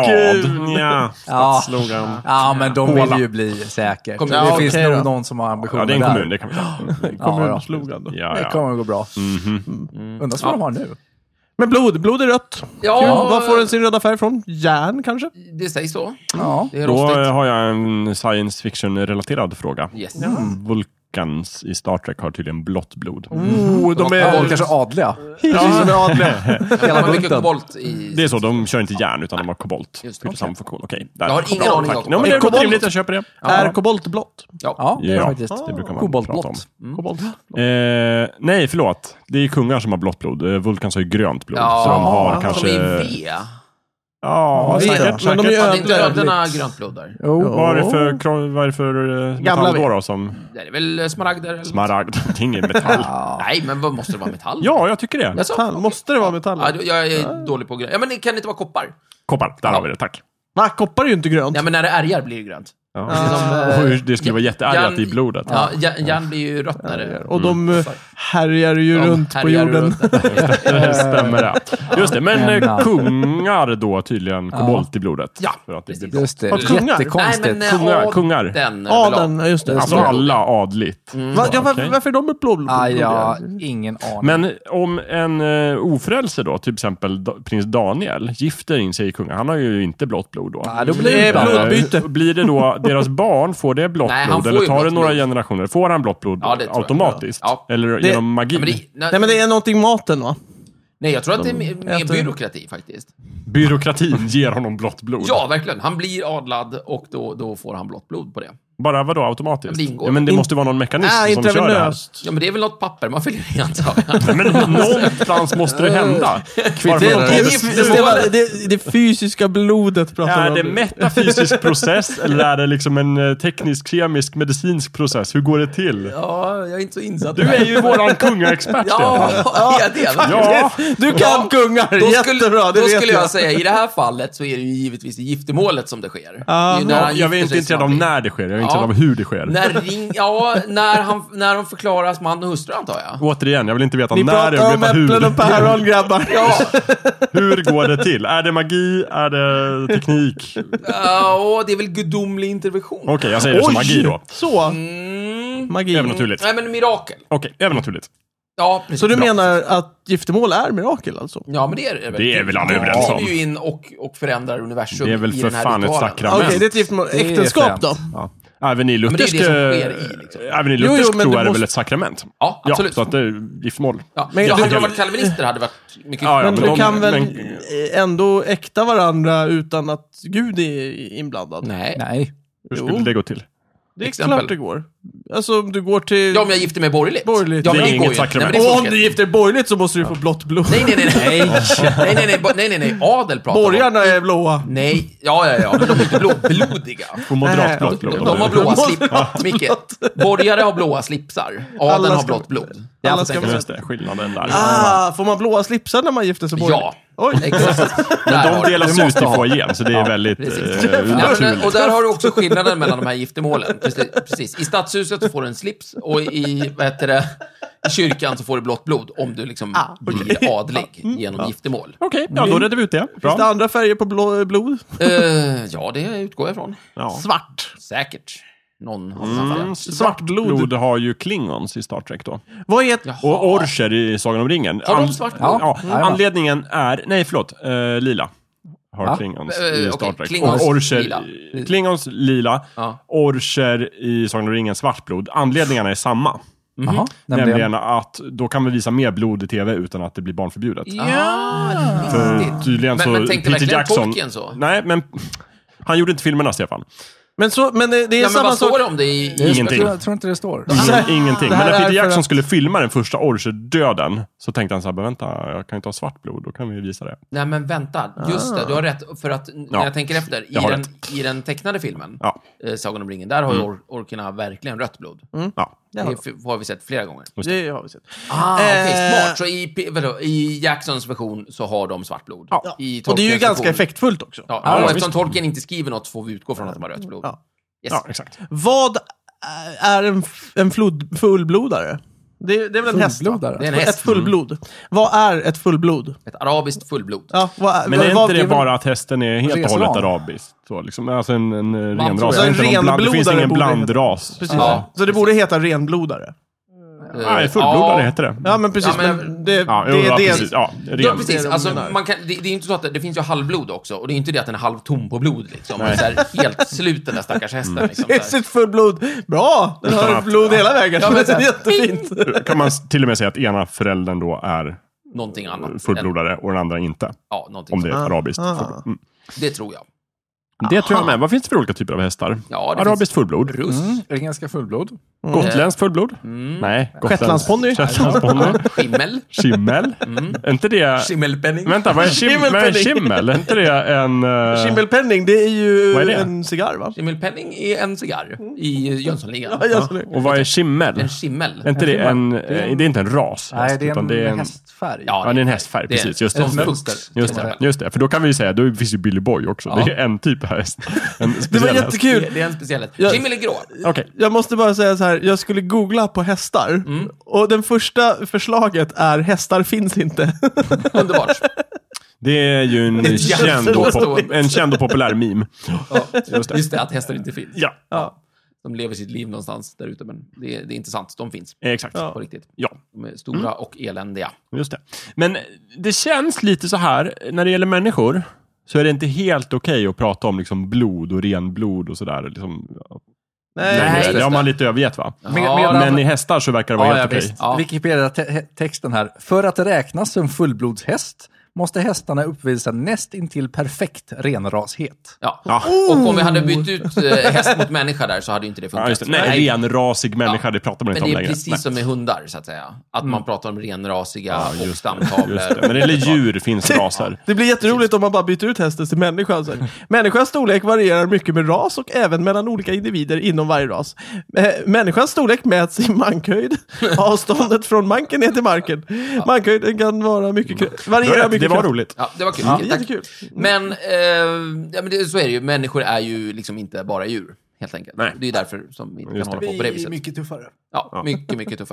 Speaker 3: Slogan.
Speaker 4: Ja, men de vill ju bli säkert. Det finns nog någon som har ambitioner.
Speaker 3: Ja, det är en kommun, det kan vi ta.
Speaker 1: Kommunslogan då.
Speaker 4: Det kommer gå bra. Undras vad de har nu.
Speaker 1: Men blod är rött.
Speaker 2: Ja.
Speaker 1: Vad får den sin röda färg från? Järn kanske?
Speaker 2: Det sägs så.
Speaker 4: Ja.
Speaker 2: Det är
Speaker 3: Då
Speaker 2: rostigt.
Speaker 3: har jag en science fiction-relaterad fråga.
Speaker 2: Yes.
Speaker 3: Vulcans i Star Trek har tydligen blått blod.
Speaker 1: De är
Speaker 4: Kanske adliga.
Speaker 1: som är adliga.
Speaker 2: De har mycket kobolt i...
Speaker 3: Det är så, de kör inte järn utan de har kobolt.
Speaker 2: Just det.
Speaker 3: Fyller samma funktion. Okej.
Speaker 2: Jag har ingen aning om
Speaker 3: Nej, men det är rimligt, jag köper det.
Speaker 1: Är kobolt blått?
Speaker 4: Ja, det är
Speaker 3: Ja,
Speaker 4: faktiskt.
Speaker 3: det brukar man prata om.
Speaker 4: Koboltblått.
Speaker 1: Kobolt.
Speaker 3: Nej, förlåt. Det är kungar som har blått blod. Vulcans har ju grönt blod.
Speaker 2: Ja,
Speaker 3: så de har kanske...
Speaker 2: Som är V.
Speaker 3: Ja,
Speaker 1: säkert.
Speaker 3: Men
Speaker 1: de är
Speaker 2: Det är inte
Speaker 1: ödlor.
Speaker 2: ödlorna grönt blod där.
Speaker 3: Vad är det för
Speaker 1: Gamla
Speaker 3: metall då som...
Speaker 2: Det är väl smaragder eller något.
Speaker 3: Smaragd. Det är ingen metall.
Speaker 2: Nej, men vad måste det vara metall?
Speaker 3: Ja, jag tycker det.
Speaker 2: Jaså?
Speaker 1: Metall. Måste det vara metall?
Speaker 2: Ja, jag är dålig på grönt. Ja, men det kan inte vara koppar.
Speaker 3: Koppar, där har vi det. Tack.
Speaker 1: Va? Koppar är ju inte grönt.
Speaker 2: Ja, men när det ärgar blir det grönt.
Speaker 3: Ja. Det skulle vara jätteärgat i blodet.
Speaker 2: Ja, järn blir ju rött när det...
Speaker 1: Och de härjar ju runt på
Speaker 2: härjar
Speaker 1: jorden.
Speaker 2: runt.
Speaker 3: Det stämmer det. Just det, men kungar då tydligen kobolt i blodet.
Speaker 2: Ja,
Speaker 3: för att det blir
Speaker 2: precis.
Speaker 3: blått.
Speaker 4: Just det.
Speaker 1: Vad kungar?
Speaker 4: Jättekonstigt.
Speaker 3: Kungar.
Speaker 2: Den
Speaker 1: Adeln, just det.
Speaker 3: Alltså alla adligt.
Speaker 1: Varför är de ett blå?
Speaker 4: Ja, ingen aning.
Speaker 3: Men om en ofrälse då, till exempel prins Daniel, gifter in sig i kungar, han har ju inte blått blod då.
Speaker 4: Då blir
Speaker 1: Det är blodbyte.
Speaker 3: Blir det då deras barn, får det blått
Speaker 2: Nej, han
Speaker 3: blod?
Speaker 2: får
Speaker 3: Eller
Speaker 2: ju
Speaker 3: tar det
Speaker 2: blått
Speaker 3: några
Speaker 2: blod.
Speaker 3: generationer? Får han blått blod
Speaker 2: Ja, det tror jag.
Speaker 3: automatiskt?
Speaker 2: Ja.
Speaker 3: Eller genom magi?
Speaker 2: Ja,
Speaker 1: Nej, men det är någonting maten, va?
Speaker 2: Nej, jag tror att det är mer byråkrati faktiskt.
Speaker 3: Byråkratin ger honom blått blod?
Speaker 2: Ja, verkligen. Han blir adlad och då får han blått blod på det.
Speaker 3: Bara vadå automatiskt?
Speaker 2: Det ingår.
Speaker 3: Ja, men det måste vara någon mekanism som kör det här.
Speaker 1: Intravenöst.
Speaker 2: Ja, men det är väl något papper man fyller i, antar jag.
Speaker 3: Men någonstans måste det hända.
Speaker 1: Det fysiska blodet pratar
Speaker 3: Är
Speaker 1: vi
Speaker 3: det
Speaker 1: om.
Speaker 3: metafysisk process eller är det liksom en teknisk, kemisk, medicinsk process? Hur går det till?
Speaker 2: Ja, jag är inte så insatt.
Speaker 3: Du är ju våran kungaexpert.
Speaker 2: Ja, är det?
Speaker 3: Ja.
Speaker 1: Du kan kungar, jättebra.
Speaker 2: Då skulle jag säga, i det här fallet så är det ju givetvis i giftermålet som det sker. Det är ju när han
Speaker 3: Jag är
Speaker 2: gifter
Speaker 3: inte
Speaker 2: sig
Speaker 3: intresserad av
Speaker 2: som
Speaker 3: när det sker, jag är intresserad av hur det sker.
Speaker 2: När de förklaras man och hustru, antar jag.
Speaker 3: Återigen, jag vill inte veta
Speaker 1: Ni
Speaker 3: när, jag
Speaker 1: pratar
Speaker 3: vill
Speaker 1: om
Speaker 3: veta
Speaker 1: äpplen och
Speaker 3: hur.
Speaker 1: päron, grabbar.
Speaker 2: Ja,
Speaker 3: Hur går det till? Är det magi? Är det teknik?
Speaker 2: det är väl gudomlig intervention.
Speaker 3: Okej, jag säger det som magi då.
Speaker 1: Så. Magi.
Speaker 3: Övernaturligt.
Speaker 2: Nej, men mirakel.
Speaker 3: Okej, övernaturligt.
Speaker 2: Ja, precis.
Speaker 1: Så du
Speaker 2: Bra.
Speaker 1: menar att giftermål är mirakel alltså?
Speaker 2: Ja, men det är väl.
Speaker 3: Det är väl alla överens om.
Speaker 2: Det ju in och förändrar universum.
Speaker 3: Det är väl
Speaker 2: i
Speaker 3: för
Speaker 2: den här
Speaker 3: fan ett
Speaker 2: ritualen.
Speaker 3: sakrament.
Speaker 1: Okej, det är ett giftermål.
Speaker 4: Det är
Speaker 1: Äktenskap
Speaker 4: främt.
Speaker 1: då?
Speaker 3: Ja. Även i
Speaker 2: Men det är
Speaker 3: luthersk,
Speaker 2: det som sker i, liksom.
Speaker 3: även i
Speaker 1: Jo,
Speaker 3: luthersk
Speaker 1: men
Speaker 3: tro
Speaker 1: du
Speaker 3: är det väl
Speaker 1: måste-
Speaker 3: ett sakrament?
Speaker 2: Ja, absolut.
Speaker 3: Så att det är giftmål.
Speaker 2: Ja.
Speaker 1: Men
Speaker 2: Men
Speaker 1: du-
Speaker 2: hade de varit kalvinister hade det varit mycket...
Speaker 3: Ja,
Speaker 1: Men
Speaker 3: men
Speaker 1: du
Speaker 3: de-
Speaker 1: kan väl
Speaker 3: men-
Speaker 1: ändå äkta varandra utan att Gud är inblandad?
Speaker 2: Nej.
Speaker 4: Nej.
Speaker 3: Hur
Speaker 1: Jo.
Speaker 3: skulle det gå till?
Speaker 1: Det är
Speaker 2: Exempel.
Speaker 1: klart det går. Alltså om du går till...
Speaker 2: Ja, om jag gifter mig borgerligt.
Speaker 1: Borgerligt.
Speaker 2: Ja, men
Speaker 3: Det är
Speaker 2: det
Speaker 3: inget
Speaker 2: går ju.
Speaker 3: sakrament.
Speaker 2: Nej, men det
Speaker 1: Och om
Speaker 2: funkar.
Speaker 1: du gifter dig borgerligt så måste du få blått blod.
Speaker 2: Nej. Adel pratar
Speaker 1: Borgarna
Speaker 2: om.
Speaker 1: är blåa.
Speaker 2: Nej, ja. Men de är inte blodiga.
Speaker 3: På moderatblått blod.
Speaker 2: De har blåa slipsar. Micke, borgare har blåa slipsar.
Speaker 1: Alla
Speaker 2: Adeln har
Speaker 1: ska-
Speaker 2: blått blod.
Speaker 1: alla ska-
Speaker 3: Just det, skillnaden där.
Speaker 1: Får man blåa slipsar när man gifter sig borgerligt?
Speaker 2: Ja,
Speaker 1: Oj.
Speaker 2: exakt.
Speaker 3: De delas ut i foajén, så det är väldigt
Speaker 2: Precis.
Speaker 3: naturligt.
Speaker 2: Och där har du också skillnaden mellan de här giftermålen. Precis. I stadshuset så får du en slips och i kyrkan så får du blått blod om du liksom blir adlig genom giftermål.
Speaker 3: Okej, ja då redde vi ut det.
Speaker 1: Finns det
Speaker 3: Bra.
Speaker 1: andra färger på blod?
Speaker 2: Ja, det utgår jag ifrån.
Speaker 3: Ja.
Speaker 1: Svart.
Speaker 2: Säkert. Någon har sagt det.
Speaker 1: Svart blod.
Speaker 3: Blod har ju Klingons i Star Trek då.
Speaker 1: Vad är ett...
Speaker 2: Jaha.
Speaker 3: Och Orcher i Sagan om ringen.
Speaker 2: Har de svart blod?
Speaker 3: Ja,
Speaker 4: Ja.
Speaker 3: anledningen är... Nej, förlåt. Lila. Har
Speaker 4: Ja.
Speaker 3: Klingons
Speaker 2: okej,
Speaker 3: i Star Trek.
Speaker 2: Klingons
Speaker 3: och Orcher,
Speaker 2: lila.
Speaker 3: Klingons lila.
Speaker 2: Ja.
Speaker 3: Orcher i Sagan om ringen svartblod. Anledningarna är samma.
Speaker 4: Jaha.
Speaker 3: Nämligen att då kan vi visa mer blod i tv utan att det blir barnförbjudet.
Speaker 2: Ja,
Speaker 3: För
Speaker 2: riktigt.
Speaker 3: tydligen så...
Speaker 2: Men tänkte verkligen Tolkien så?
Speaker 3: Nej, men... Han gjorde inte filmerna, Stefan.
Speaker 1: Men det är
Speaker 2: Ja, men
Speaker 1: samma
Speaker 2: vad
Speaker 1: sak...
Speaker 2: står det om det i...
Speaker 3: Ingenting.
Speaker 4: Jag tror inte det står.
Speaker 3: Ingenting.
Speaker 1: Det
Speaker 3: Men
Speaker 1: här
Speaker 3: när
Speaker 1: är
Speaker 3: Peter
Speaker 1: för
Speaker 3: Jackson
Speaker 1: att-
Speaker 3: skulle filma den första Orcher-döden så tänkte han så här, men vänta, jag kan inte ha svart blod, då kan vi visa det.
Speaker 2: Nej, men vänta. Just det, du har rätt. För att när jag tänker efter,
Speaker 3: jag har
Speaker 2: i den tecknade filmen,
Speaker 3: Ja.
Speaker 2: Sagan om ringen, där har ju orkerna verkligen rött blod.
Speaker 3: Ja.
Speaker 2: Det har vi sett flera gånger.
Speaker 1: Det har vi sett.
Speaker 2: Okej, smart. Så i Jacksons version så har de svart blod.
Speaker 1: Ja.
Speaker 2: I
Speaker 1: Och det är ju
Speaker 2: Tolkiens
Speaker 1: ganska
Speaker 2: version-
Speaker 1: effektfullt också.
Speaker 2: Ja,
Speaker 3: Ja,
Speaker 2: och
Speaker 3: visst.
Speaker 2: eftersom Tolkien inte skriver något får vi utgå från att de har rött blod.
Speaker 1: Ja.
Speaker 2: Yes.
Speaker 3: Ja, exakt.
Speaker 1: Vad är en fullblodare? Det är väl en häst? Va?
Speaker 4: Fullblodare?
Speaker 2: Det är en häst.
Speaker 1: Ett fullblod. Vad är ett fullblod?
Speaker 2: Ett arabiskt fullblod.
Speaker 1: Ja,
Speaker 3: Men är
Speaker 1: vad-
Speaker 3: inte det bara att hästen är helt och
Speaker 4: Resvan.
Speaker 3: hållet arabiskt? Så, liksom, alltså en
Speaker 2: tror
Speaker 3: ren
Speaker 2: jag.
Speaker 3: ras.
Speaker 2: Så en
Speaker 3: Det finns inte någon det finns
Speaker 1: renblodare
Speaker 3: ingen
Speaker 1: borde
Speaker 3: blandras.
Speaker 1: Precis.
Speaker 2: Ja,
Speaker 1: Så det borde heta renblodare.
Speaker 3: Nej, fullblodare heter det.
Speaker 1: Ja, men precis.
Speaker 2: Ja, men-
Speaker 1: men det,
Speaker 3: Ja,
Speaker 1: det
Speaker 3: jo,
Speaker 1: är
Speaker 3: ja,
Speaker 1: det.
Speaker 3: precis. Ja,
Speaker 2: Ja,
Speaker 3: ren.
Speaker 2: precis.
Speaker 1: de
Speaker 2: Alltså,
Speaker 1: menar.
Speaker 2: det är inte så att det finns ju halvblod också. Och det är inte det att den är halv tom på blod. Liksom.
Speaker 3: Nej.
Speaker 2: Så här, helt slut den där stackars hästen. Liksom,
Speaker 1: Det är sitt fullblod. Bra! Den har blod hela vägen.
Speaker 2: Ja, men
Speaker 1: det är
Speaker 2: så här,
Speaker 1: jättefint.
Speaker 3: Kan man till och med säga att ena föräldern då är
Speaker 2: Någonting annat.
Speaker 3: fullblodare och den andra inte.
Speaker 2: Ja, någonting
Speaker 3: Om det är ett
Speaker 1: Ah.
Speaker 3: arabiskt
Speaker 1: Ah.
Speaker 3: fullblod. Mm.
Speaker 2: Det tror jag.
Speaker 3: Det tror jag med. Vad finns det för olika typer av hästar?
Speaker 2: Ja, det
Speaker 3: Arabiskt
Speaker 2: finns
Speaker 3: fullblod.
Speaker 2: russ,
Speaker 4: Engelska fullblod.
Speaker 3: Gotländskt fullblod? Nej.
Speaker 1: Shetlandsponny.
Speaker 3: Shetlandsponny.
Speaker 2: skimmel,
Speaker 3: Skimmel. Är inte det...
Speaker 2: skimmelpenning.
Speaker 3: Vänta, vad är skimmel? Är inte det en...
Speaker 1: Schimmelpenning, det är ju
Speaker 3: Vad är det?
Speaker 1: en cigarr, va?
Speaker 2: Skimmelpenning är en cigarr i Jönssonligan.
Speaker 1: Ja, jag ser det.
Speaker 3: Och vad är skimmel?
Speaker 2: En skimmel.
Speaker 3: Är inte det en... Det är inte en ras.
Speaker 4: Nej, det är
Speaker 3: utan
Speaker 4: en hästfärg.
Speaker 3: Ja, det är en hästfärg,
Speaker 2: Det är
Speaker 3: precis. Just
Speaker 2: som
Speaker 3: det.
Speaker 2: fuster.
Speaker 3: Just det, för då kan vi ju säga, då finns ju Billy Boy också.
Speaker 2: Ja.
Speaker 3: Det är en typ av häst. En
Speaker 1: Det var
Speaker 3: speciell häst.
Speaker 1: jättekul.
Speaker 2: Det är en speciell häst.
Speaker 1: Ja.
Speaker 2: Skimmel är grå.
Speaker 3: Okej.
Speaker 1: Jag måste bara säga så här, jag skulle googla på hästar. Och den första förslaget är hästar finns inte.
Speaker 2: Underbart.
Speaker 3: Det är ju en känd, en känd och populär meme.
Speaker 2: Ja, just det, att hästar inte finns.
Speaker 3: Ja,
Speaker 1: Ja.
Speaker 2: De lever sitt liv någonstans där ute, men det är inte sant. De finns
Speaker 3: exakt.
Speaker 2: på riktigt.
Speaker 3: Ja,
Speaker 2: De är stora och eländiga.
Speaker 3: just det. Men det känns lite så här, när det gäller människor, så är det inte helt okej att prata om liksom blod och renblod och sådär. Liksom,
Speaker 1: Nej.
Speaker 3: det har man lite övergett, va?
Speaker 2: Ja,
Speaker 3: Men i hästar så verkar det vara
Speaker 2: Ja,
Speaker 3: helt
Speaker 2: ja,
Speaker 3: okej.
Speaker 2: visst. Ja.
Speaker 4: Wikipedia-texten här. För att räknas som fullblodshäst måste hästarna uppvisa näst intill perfekt renrashet.
Speaker 2: Ja.
Speaker 3: Ja.
Speaker 2: Och om vi hade bytt ut häst mot människa där så hade ju inte det
Speaker 3: Ja,
Speaker 2: funkat.
Speaker 3: just det. Nej, renrasig människa,
Speaker 2: Ja.
Speaker 3: det pratar man
Speaker 2: Men
Speaker 3: inte om
Speaker 2: det är
Speaker 3: längre.
Speaker 2: precis
Speaker 3: Nej.
Speaker 2: som med hundar, så att säga. Att man pratar om renrasiga och
Speaker 3: Just det.
Speaker 2: stamtavlor.
Speaker 3: Men när det gäller djur finns raser.
Speaker 1: Det blir jätteroligt om man bara byter ut hästen till människa. Så här. Människans storlek varierar mycket med ras och även mellan olika individer inom varje ras. Människans storlek mäts i mankhöjd. Avståndet från manken ner till marken. Mankhöjden kan vara mycket variera mycket.
Speaker 3: Det var
Speaker 1: kraftigt.
Speaker 3: roligt.
Speaker 2: Ja, det var kul.
Speaker 1: Ja,
Speaker 2: Tack.
Speaker 1: jättekul.
Speaker 2: Men, så är det ju. Människor är ju liksom inte bara djur, helt enkelt.
Speaker 3: Nej.
Speaker 2: Det är därför som vi inte kan
Speaker 3: Just
Speaker 2: hålla
Speaker 3: det.
Speaker 2: på det viset.
Speaker 1: mycket tuffare.
Speaker 2: Ja, mycket, mycket tuffare.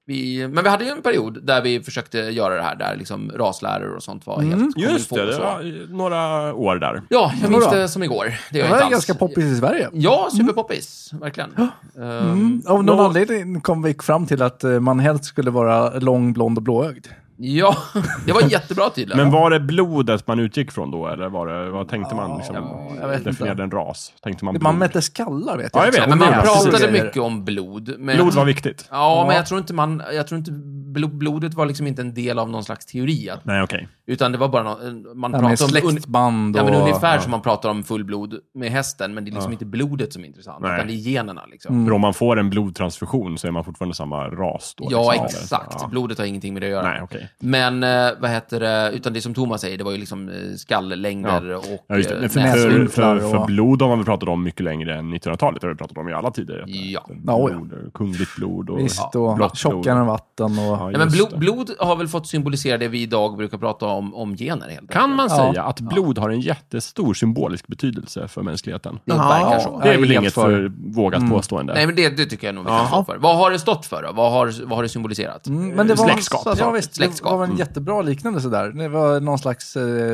Speaker 2: Men vi hade ju en period där vi försökte göra det här, där liksom raslärare och sånt var helt
Speaker 3: Just det,
Speaker 2: och
Speaker 3: det
Speaker 2: så.
Speaker 3: var några år där.
Speaker 2: Ja, jag minns det som igår. Det
Speaker 4: Det var ganska poppis i Sverige.
Speaker 2: Ja, superpoppis, verkligen.
Speaker 4: Av någon anledning kom vi fram till att man helst skulle vara lång, blond och blåögd.
Speaker 2: Ja, det var jättebra tydligen.
Speaker 3: Men var det blodet man utgick från då? Eller vad tänkte man liksom,
Speaker 4: jag vet
Speaker 3: definierade en ras? Tänkte man
Speaker 4: Man
Speaker 3: blod?
Speaker 4: mätte skallar, vet
Speaker 3: Ja, jag
Speaker 4: också.
Speaker 3: vet.
Speaker 2: men man
Speaker 3: Ja,
Speaker 2: pratade
Speaker 3: precis.
Speaker 2: mycket om blod. Men
Speaker 3: Blod var viktigt.
Speaker 2: Ja, men jag tror inte blodet var liksom inte en del av någon slags teori.
Speaker 3: Nej, okej.
Speaker 2: Utan det var bara man
Speaker 4: Ja, med
Speaker 2: pratade om
Speaker 4: släktband och...
Speaker 2: Ja, men ungefär som man pratar om fullblod med hästen, men det är liksom inte blodet som är intressant,
Speaker 3: Nej.
Speaker 2: utan det är generna liksom.
Speaker 3: För om man får en blodtransfusion så är man fortfarande samma ras då?
Speaker 2: Ja,
Speaker 3: liksom,
Speaker 2: exakt.
Speaker 3: eller? Ja.
Speaker 2: Blodet har ingenting med det att göra.
Speaker 3: Nej, okej.
Speaker 2: Men vad heter det, utan det som Thomas säger, det var ju liksom skalllängder och
Speaker 3: Ja, just det. Men
Speaker 4: näsvinklar
Speaker 3: för
Speaker 4: och-
Speaker 3: blod har man väl pratat om mycket längre än 1900-talet. Det har vi pratat om i alla tider.
Speaker 2: Ja.
Speaker 3: Blod, kungligt blod och
Speaker 4: Visst,
Speaker 3: blått
Speaker 4: och tjockare än vatten och...
Speaker 3: Ja,
Speaker 2: Ja, men
Speaker 3: just det.
Speaker 2: blod har väl fått symbolisera det vi idag brukar prata om gener helt
Speaker 3: Kan man
Speaker 4: Ja.
Speaker 3: säga att blod har en jättestor symbolisk betydelse för mänskligheten?
Speaker 2: Det
Speaker 1: Ja.
Speaker 2: verkar så.
Speaker 3: Det är
Speaker 4: jag
Speaker 3: väl
Speaker 4: helt
Speaker 3: inget
Speaker 4: för.
Speaker 3: vågat påstående?
Speaker 2: Nej, men det tycker jag nog vi kan stå för. Vad har det stått för då? Vad har det symboliserat?
Speaker 4: Men det var
Speaker 3: Släktskap.
Speaker 4: Ja, visst,
Speaker 2: Släktskap.
Speaker 4: det var en jättebra liknande där. Det var någon slags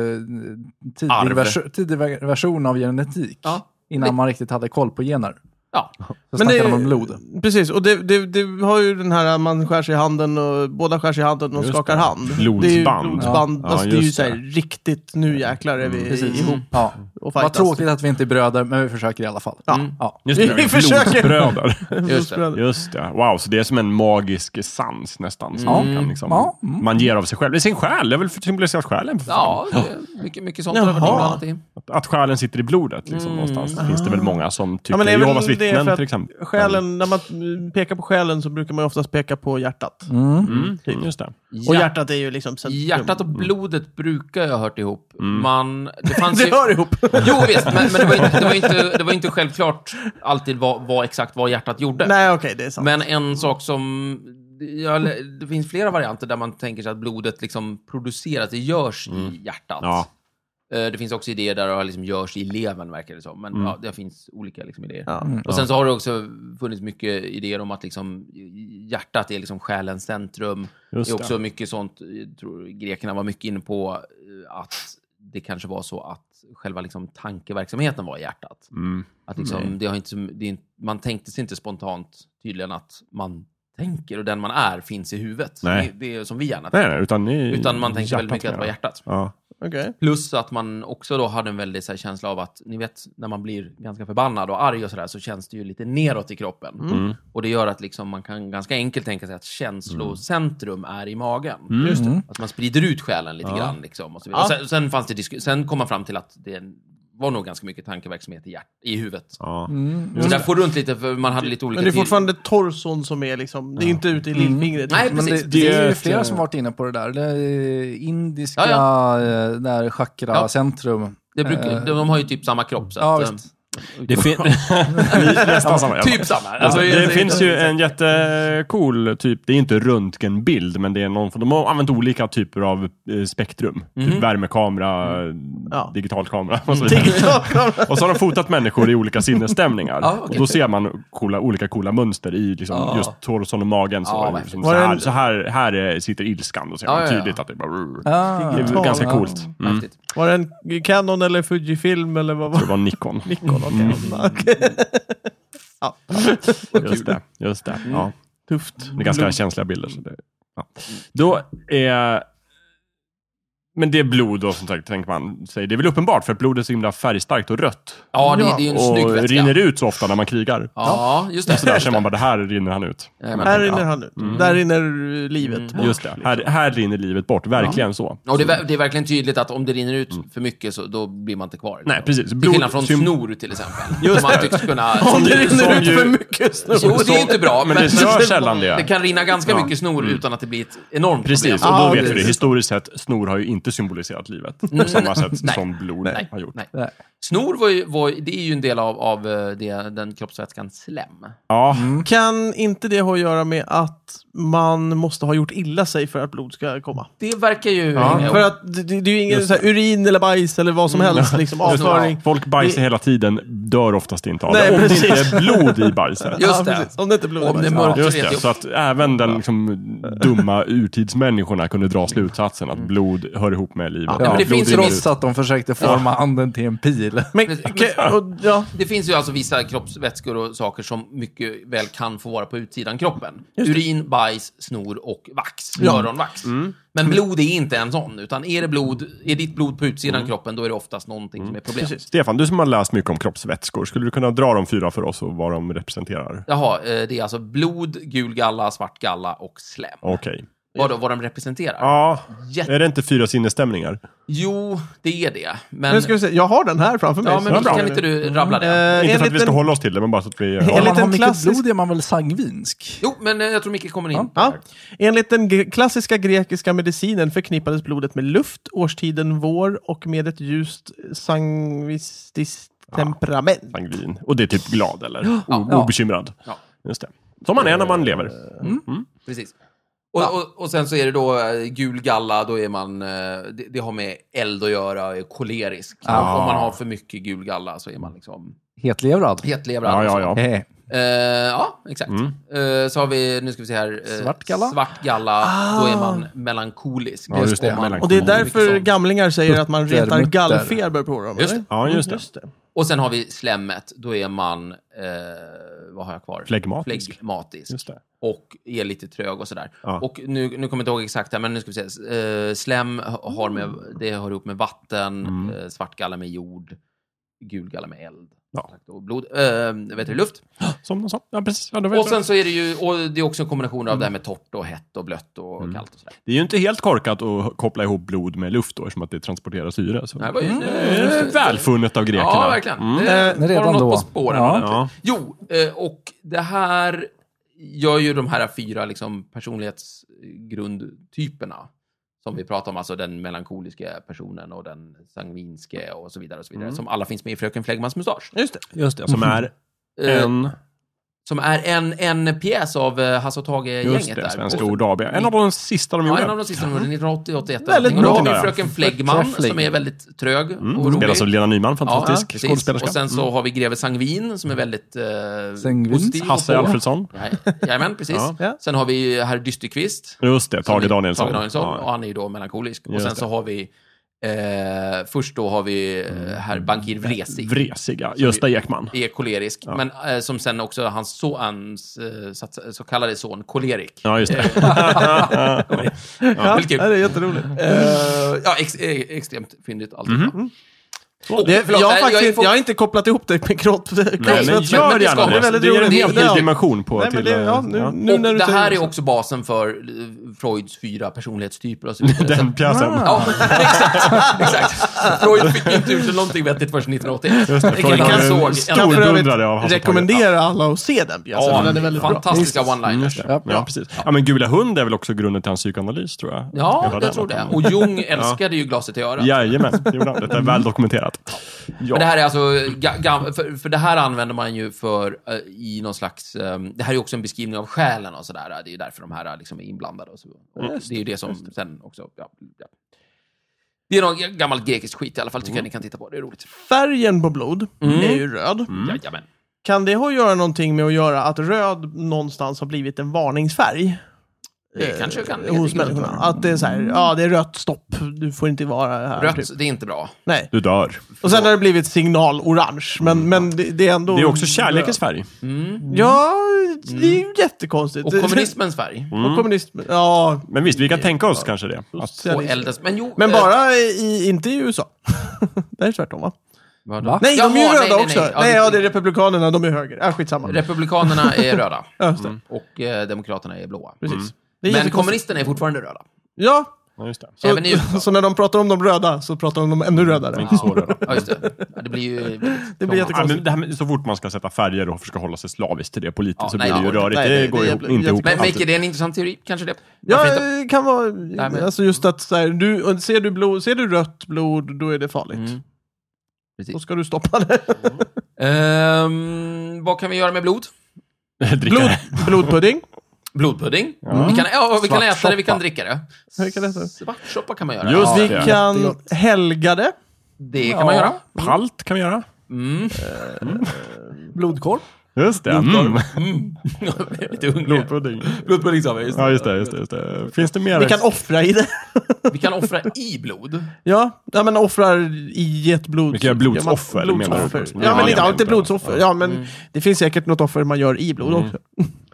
Speaker 2: Arv.
Speaker 4: tidig version av genetik.
Speaker 2: Ja.
Speaker 4: Innan man riktigt hade koll på gener.
Speaker 2: Ja.
Speaker 4: Så
Speaker 1: Men
Speaker 4: snackade
Speaker 1: det-
Speaker 4: man om blod.
Speaker 1: Precis, och det har ju den här, man skär sig i handen och båda skär sig i handen och
Speaker 3: Just
Speaker 1: skakar
Speaker 3: det.
Speaker 1: hand.
Speaker 3: Blodsband.
Speaker 1: Det är ju blodsband.
Speaker 3: Ja.
Speaker 1: Alltså,
Speaker 3: Ja,
Speaker 1: det är ju
Speaker 3: just
Speaker 1: så här,
Speaker 3: det.
Speaker 1: riktigt, nu jäklar är vi ihop
Speaker 4: Ja.
Speaker 1: och
Speaker 4: Vad
Speaker 1: fightas.
Speaker 4: tråkigt att vi inte är bröder, men vi försöker i alla fall. Ja.
Speaker 3: Just
Speaker 1: Vi
Speaker 3: det,
Speaker 1: försöker.
Speaker 3: blodsbröder.
Speaker 2: Just det.
Speaker 3: Just det. Wow, så det är som en magisk essens nästan. Som man, kan liksom,
Speaker 4: Ja.
Speaker 3: man ger av sig själv. Det är sin själ, det är väl symboliserat själen. för fan.
Speaker 2: Ja, det är mycket sånt har det varit
Speaker 1: Jaha.
Speaker 2: inblandat i.
Speaker 3: Att själen sitter i blodet liksom, någonstans. Det finns det väl många som tycker.
Speaker 1: Ja, men det är
Speaker 3: Jehovas
Speaker 1: väl det
Speaker 3: vittnen
Speaker 1: för att
Speaker 3: till exempel.
Speaker 1: själen, när man pekar på själen så brukar man oftast peka på hjärtat.
Speaker 3: Just det.
Speaker 1: Och hjärtat är ju liksom centrum.
Speaker 2: Hjärtat och blodet brukar jag ha hört ihop. Det fanns
Speaker 1: Det
Speaker 2: ju...
Speaker 1: hör ihop.
Speaker 2: Jo, visst, men det var inte självklart alltid vad exakt vad hjärtat gjorde.
Speaker 1: Nej, okej, det är sant.
Speaker 2: Men en sak som... det finns flera varianter där man tänker sig att blodet liksom produceras, det görs i hjärtat.
Speaker 3: Ja.
Speaker 2: Det finns också idéer där det liksom görs i levern, verkar det som. Men ja, det finns olika liksom idéer.
Speaker 1: Ja.
Speaker 2: Och sen så har det också funnits mycket idéer om att liksom, hjärtat är liksom själens centrum.
Speaker 3: Just
Speaker 2: Det är också
Speaker 3: det.
Speaker 2: mycket sånt, jag tror grekerna var mycket inne på att det kanske var så att själva liksom tankeverksamheten var i hjärtat. Att liksom, man tänkte sig inte spontant tydligen att man tänker och den man är finns i huvudet.
Speaker 3: Nej.
Speaker 2: Det är som vi gärna tänker.
Speaker 3: Nej,
Speaker 2: Utan man tänkte väldigt mycket att det var hjärtat.
Speaker 3: Ja.
Speaker 1: Okej.
Speaker 2: Plus att man också då hade en väldigt så här, känsla av att, ni vet, när man blir ganska förbannad och arg och sådär så känns det ju lite neråt i kroppen. Och det gör att liksom, man kan ganska enkelt tänka sig att känslocentrum är i magen.
Speaker 1: Just det.
Speaker 2: Att man sprider ut själen lite grann. Liksom, och så vidare. Och sen fanns det sen kom man fram till att det var nog ganska mycket tankeverksamhet i huvudet.
Speaker 3: Ja.
Speaker 2: Så där får runt lite, för man hade lite olika
Speaker 1: Men det är fortfarande torson som är liksom, det är inte ute i lillfingret.
Speaker 2: Nej,
Speaker 1: liksom.
Speaker 4: Men
Speaker 2: precis.
Speaker 4: det är ju
Speaker 3: Det-
Speaker 4: flera som varit inne på det där. Det är indiska
Speaker 2: Ja,
Speaker 4: där chakra-centrum.
Speaker 2: De har ju typ samma kropp. Så
Speaker 4: Ja,
Speaker 2: att,
Speaker 4: visst.
Speaker 3: Det nästan samma.
Speaker 2: typ samma. Alltså,
Speaker 3: Det finns ju en jättecool typ, det är inte röntgenbild, men det är någon, för de har använt olika typer av spektrum. Typ värmekamera, digitalkamera och så vidare. Och så har de fotat människor i olika sinnesstämningar.
Speaker 2: Ja, okej.
Speaker 3: Och då ser man olika coola mönster i liksom, just torson och magen. Så,
Speaker 2: Ja,
Speaker 3: liksom,
Speaker 1: verkligen.
Speaker 3: här sitter ilskan. Då ser man tydligt att det är bara...
Speaker 4: Ah.
Speaker 3: Det är ganska coolt.
Speaker 2: Häftigt.
Speaker 1: Var det en Canon eller Fujifilm eller vad var
Speaker 3: Det var Nikon.
Speaker 1: Nikon? Okej. Ja.
Speaker 3: Just det. Ja.
Speaker 1: Tufft.
Speaker 3: Det är ganska känsliga bilder. Så det, ja. Då är... Men det är blod då, som sagt, tänker man sig. Det är väl uppenbart, för att blodet är så himla färgstarkt och rött.
Speaker 2: Ja, det är ju en snygg
Speaker 3: Och
Speaker 2: vätska.
Speaker 3: rinner ut så ofta när man krigar.
Speaker 2: Ja, just det.
Speaker 3: Så där känner man bara, det här rinner han ut.
Speaker 1: Här rinner han ut. Där rinner livet bort.
Speaker 3: Just det, här rinner livet bort. Verkligen så.
Speaker 2: Och det är verkligen tydligt att om det rinner ut för mycket så då blir man inte kvar.
Speaker 3: Nej, precis.
Speaker 2: Till skillnad från snor till exempel.
Speaker 3: Just
Speaker 2: man
Speaker 3: det.
Speaker 2: tycks kunna...
Speaker 1: Om det
Speaker 3: som
Speaker 1: rinner ut
Speaker 3: ju-
Speaker 1: för mycket snor.
Speaker 2: Jo, det är inte bra.
Speaker 3: Men det gör sällan det.
Speaker 2: Det kan rinna ganska mycket snor utan att det blir ett enormt
Speaker 3: Precis,
Speaker 2: problem.
Speaker 3: och då
Speaker 1: Ja,
Speaker 3: vet vi
Speaker 1: precis.
Speaker 3: det. Historiskt sett, snor har ju inte symboliserat livet. På samma sätt som blod har gjort.
Speaker 2: Nej.
Speaker 4: Nej.
Speaker 2: Snor det är ju en del av den kroppsvätskan slem.
Speaker 3: Ja.
Speaker 1: Kan inte det ha att göra med att man måste ha gjort illa sig för att blod ska komma?
Speaker 2: Det verkar ju hänga
Speaker 1: För
Speaker 2: ihop.
Speaker 1: att det är ju ingen så här, urin eller bajs eller vad som helst, liksom avföring.
Speaker 3: Folk bajsar hela tiden, dör oftast inte av
Speaker 1: Nej,
Speaker 3: det. Om
Speaker 1: precis.
Speaker 3: det inte är blod i bajset.
Speaker 2: Just det.
Speaker 1: Precis. Om det inte är blod.
Speaker 2: Om det är
Speaker 1: Ja.
Speaker 2: mörkt.
Speaker 3: Just det, så att även den liksom, dumma urtidsmänniskorna kunde dra slutsatsen att blod hör ihop med livet.
Speaker 2: Ja, men det
Speaker 3: Blod
Speaker 2: finns
Speaker 3: rinner
Speaker 2: ju
Speaker 3: ut.
Speaker 4: Trots att de försökte forma anden till en pil.
Speaker 1: Men, ja.
Speaker 2: Det finns ju alltså vissa kroppsvätskor och saker som mycket väl kan få vara på utsidan kroppen. Urin, bajs, snor och vax. Öronvax. Men blod är inte en sån, utan är ditt blod på utsidan kroppen, då är det oftast någonting som är problem.
Speaker 1: Precis.
Speaker 3: Stefan, du som har läst mycket om kroppsvätskor, skulle du kunna dra de 4 för oss och vad de representerar?
Speaker 2: Jaha, det är alltså blod, gul galla, svart galla och slem.
Speaker 3: Okej.
Speaker 2: Vad de representerar?
Speaker 3: Ja,
Speaker 2: Jätte-
Speaker 3: är det inte 4 sinnesstämningar?
Speaker 2: Jo, det är det. Men,
Speaker 1: Nu ska vi se. Jag har den här framför mig.
Speaker 2: ja, men
Speaker 3: bra.
Speaker 2: kan inte du rabbla det?
Speaker 3: Inte för att
Speaker 1: enligt
Speaker 3: vi ska
Speaker 1: en-
Speaker 3: hålla oss till det, men bara så att vi...
Speaker 4: Om
Speaker 1: En
Speaker 4: man har
Speaker 1: liten
Speaker 4: mycket
Speaker 1: klassisk-
Speaker 4: blod är man väl sangvinsk?
Speaker 2: Jo, men jag tror Micke kommer in.
Speaker 1: Ja. Enligt den klassiska grekiska medicinen förknippades blodet med luft, årstiden vår och med ett ljust sangvistiskt temperament.
Speaker 3: Sangvin. Och det är typ glad, eller?
Speaker 2: Ja.
Speaker 3: Obekymrad.
Speaker 2: Ja.
Speaker 3: Just det. Som man är när man lever.
Speaker 2: Precis. Och sen så är det då gul galla, då är man, det har med eld att göra, är kolerisk. Om man har för mycket gul galla så är man liksom
Speaker 4: Hetlevrad?
Speaker 2: hetlevrad.
Speaker 3: Ja.
Speaker 2: Ja, exakt. Så har vi, nu ska vi se här.
Speaker 4: Svart galla?
Speaker 2: Svart galla, då är man melankolisk.
Speaker 3: Ja, just det,
Speaker 2: Om man-
Speaker 3: melankolisk.
Speaker 1: Och det är
Speaker 2: mycket
Speaker 1: därför
Speaker 2: sånt.
Speaker 1: gamlingar säger att man retar
Speaker 4: Mutter.
Speaker 1: gallfeber på dem.
Speaker 2: Just
Speaker 1: eller?
Speaker 2: det.
Speaker 3: Ja, just det.
Speaker 1: Just det.
Speaker 2: Och sen har vi slemmet, då är man, vad har jag kvar?
Speaker 3: Flegmatisk.
Speaker 2: Flegmatisk.
Speaker 3: Just det.
Speaker 2: Och är lite trög och sådär.
Speaker 3: Ja.
Speaker 2: Och nu kommer jag inte ihåg exakt här, men nu ska vi se. Slem det hör ihop med vatten, svart galla med jord, gul galla med eld.
Speaker 3: Ja.
Speaker 2: Och blod, vet du, luft.
Speaker 3: Som de sa. Ja, precis. Ja, då vet
Speaker 2: Och
Speaker 3: jag.
Speaker 2: sen så är det ju, och det är också en kombination av det här med torrt och hett och blött och kallt och sådär.
Speaker 3: Det är ju inte helt korkat att koppla ihop blod med luft då, som att det transporterar syre. Så.
Speaker 2: Det här var ju,
Speaker 3: Välfunnet av grekerna.
Speaker 2: ja, verkligen. Det var
Speaker 4: redan
Speaker 2: något
Speaker 4: då.
Speaker 2: på spåren.
Speaker 4: Ja.
Speaker 2: Ja. Jo, och det här gör ju de här 4 liksom, personlighetsgrundtyperna som vi pratar om, alltså den melankoliska personen och den sangvinske och så vidare, som alla finns med i Fröken Flegmans mustasch.
Speaker 1: Just det.
Speaker 3: Just det. Som är en...
Speaker 2: Som är en pjäs av Hasse och Tage-gänget
Speaker 3: Just det,
Speaker 2: där.
Speaker 3: Svenska Ord AB. En av de sista de
Speaker 2: Ja,
Speaker 3: gjorde.
Speaker 2: en av de sista numren, 1980-81.
Speaker 1: Väldigt
Speaker 2: Och då har
Speaker 3: bra.
Speaker 2: vi Fröken Flegman
Speaker 4: Förträfflig.
Speaker 2: som är väldigt trög och rolig.
Speaker 3: Spelas av Lena Nyman, fantastisk
Speaker 2: precis.
Speaker 3: skådespelerska.
Speaker 2: Och sen så har vi Greve Sangvin som är väldigt
Speaker 4: Sangvin?
Speaker 2: positiv. och
Speaker 3: Hasse
Speaker 2: på.
Speaker 3: Alfredsson.
Speaker 2: Jajamän, precis.
Speaker 1: Ja.
Speaker 2: Sen har vi herr Dysterqvist.
Speaker 3: Just det, Tage Danielsson.
Speaker 2: Tage Danielsson,
Speaker 3: Ja.
Speaker 2: och han är ju då melankolisk. Och
Speaker 3: Just
Speaker 2: sen
Speaker 3: det.
Speaker 2: så har vi först då har vi herr Bankir Vresig.
Speaker 3: Vresiga. Gösta Ekman.
Speaker 2: Är kolerisk, men som sen också hans så kallade son kolerik.
Speaker 3: Ja, just det.
Speaker 1: Ja,
Speaker 2: Väldigt kul.
Speaker 1: det är jätteroligt.
Speaker 2: Ja, extremt fyndigt allt.
Speaker 1: Det,
Speaker 2: Förlåt,
Speaker 1: jag har inte kopplat ihop det med kroppsvätska.
Speaker 3: Nej, men gör
Speaker 2: men det
Speaker 3: gärna
Speaker 2: ska
Speaker 3: det.
Speaker 2: man.
Speaker 3: Det är en
Speaker 1: roligt.
Speaker 3: hel
Speaker 1: Ja.
Speaker 3: dimension på
Speaker 1: Nej, men
Speaker 3: till...
Speaker 1: det, ja, nu
Speaker 2: Och
Speaker 1: när du
Speaker 2: det
Speaker 1: säger
Speaker 2: här är
Speaker 1: så.
Speaker 2: också basen för Freuds 4 personlighetstyper och så vidare.
Speaker 3: Den pjäsen.
Speaker 2: Ja, exakt. Freud fick inte ut någonting vettigt först 1981.
Speaker 3: Just det, Freud
Speaker 2: Han
Speaker 3: var en
Speaker 2: såg
Speaker 3: stor
Speaker 1: Kan för övrigt
Speaker 3: beundrare av Hasse och Tage.
Speaker 1: rekommendera alla att se den pjäsen.
Speaker 2: Ja,
Speaker 1: för den är väldigt bra.
Speaker 2: fantastiska one-liners.
Speaker 3: Ja, precis. Ja, men Gula hund är väl också grunden till hans psykoanalys, tror jag.
Speaker 2: Ja,
Speaker 3: Hela
Speaker 2: jag
Speaker 3: den.
Speaker 2: tror det. Och Jung älskade ju glaset i örat.
Speaker 3: Jajamän, det gjorde han. Detta är väl dokumenterat.
Speaker 2: Men
Speaker 3: Ja.
Speaker 2: det här är alltså, för det här använder man ju för i någon slags, det här är också en beskrivning av själen och sådär. Det är ju därför de här liksom är inblandade och så. Och det är ju det som sen också, ja. Det är någon gammalt grekisk skit i alla fall, tycker jag ni kan titta på. Det är roligt.
Speaker 1: Färgen på blod är ju röd.
Speaker 2: Jajamän.
Speaker 1: Kan det ha att göra någonting med att göra att röd någonstans har blivit en varningsfärg?
Speaker 2: Det kanske kan
Speaker 1: Hos människorna. Att det är så här, ja det är rött, stopp, du får inte vara här.
Speaker 2: Rött,
Speaker 1: Typ.
Speaker 2: det är inte bra.
Speaker 1: Nej.
Speaker 3: Du dör.
Speaker 1: Och sen har det blivit signal orange, men det är ändå...
Speaker 3: Det är också kärlekens färg.
Speaker 1: Ja, det är ju jättekonstigt.
Speaker 2: Och kommunismens färg.
Speaker 1: Och kommunismen, ja.
Speaker 3: Men visst, vi kan tänka oss kanske det. Att,
Speaker 2: Och eldens. Men jo.
Speaker 1: Men bara inte i USA. Det är tvärtom, va?
Speaker 2: Vadå?
Speaker 1: Nej, de är ju
Speaker 2: Jaha,
Speaker 1: röda
Speaker 2: nej,
Speaker 1: också.
Speaker 2: nej.
Speaker 1: Nej, ja, det är republikanerna, de är höger. Skitsamma.
Speaker 2: Republikanerna är röda.
Speaker 1: Ja, just det.
Speaker 2: Och demokraterna är blåa.
Speaker 1: Precis. Det är
Speaker 2: Men
Speaker 1: jättekonstigt.
Speaker 2: kommunisterna är fortfarande röda.
Speaker 1: Ja,
Speaker 3: ja, just det.
Speaker 1: så,
Speaker 2: Även i USA.
Speaker 1: så när de pratar om de röda så pratar de om de ännu rödare.
Speaker 3: Inte så röda.
Speaker 2: Ja, just det. Ja, det blir ju...
Speaker 1: Det blir
Speaker 3: Ja,
Speaker 1: jättekonstigt.
Speaker 3: men det här med, så fort man ska sätta färger och försöka hålla sig slaviskt till det politiskt
Speaker 2: Ja,
Speaker 3: så
Speaker 2: nej,
Speaker 3: blir det ju
Speaker 2: ja,
Speaker 3: rörigt.
Speaker 1: nej,
Speaker 3: det
Speaker 1: det
Speaker 3: går
Speaker 1: är
Speaker 3: ihop,
Speaker 1: jävla-
Speaker 3: inte ihop.
Speaker 2: Men
Speaker 3: alltid.
Speaker 2: Micke, det är en intressant teori, kanske det?
Speaker 1: Ja,
Speaker 2: Varför inte?
Speaker 1: det kan vara...
Speaker 2: men-
Speaker 1: Alltså just att så här, ser du rött blod, då är det farligt.
Speaker 2: Precis.
Speaker 1: Då ska du stoppa det.
Speaker 2: Vad kan vi göra med blod?
Speaker 1: Blodpudding.
Speaker 2: Blodpudding. Vi kan äta det, vi kan dricka det. Svartsoppa kan man göra.
Speaker 3: Just
Speaker 1: Vi kan helga det.
Speaker 2: Det kan man göra.
Speaker 3: Palt kan vi göra.
Speaker 4: Blodkorv.
Speaker 3: Just det.
Speaker 2: Lite hungrig.
Speaker 3: Blodpudding.
Speaker 2: Blodpudding sa vi.
Speaker 3: Ja, just det. Finns det mer?
Speaker 1: Vi kan offra i det.
Speaker 2: Vi kan offra i blod.
Speaker 1: Ja, men offrar i ett blod.
Speaker 3: Vi kan göra blodsoffer.
Speaker 1: Blodsoffer. Ja, men inte blodsoffer. Ja, men det finns säkert något offer man gör i blod också.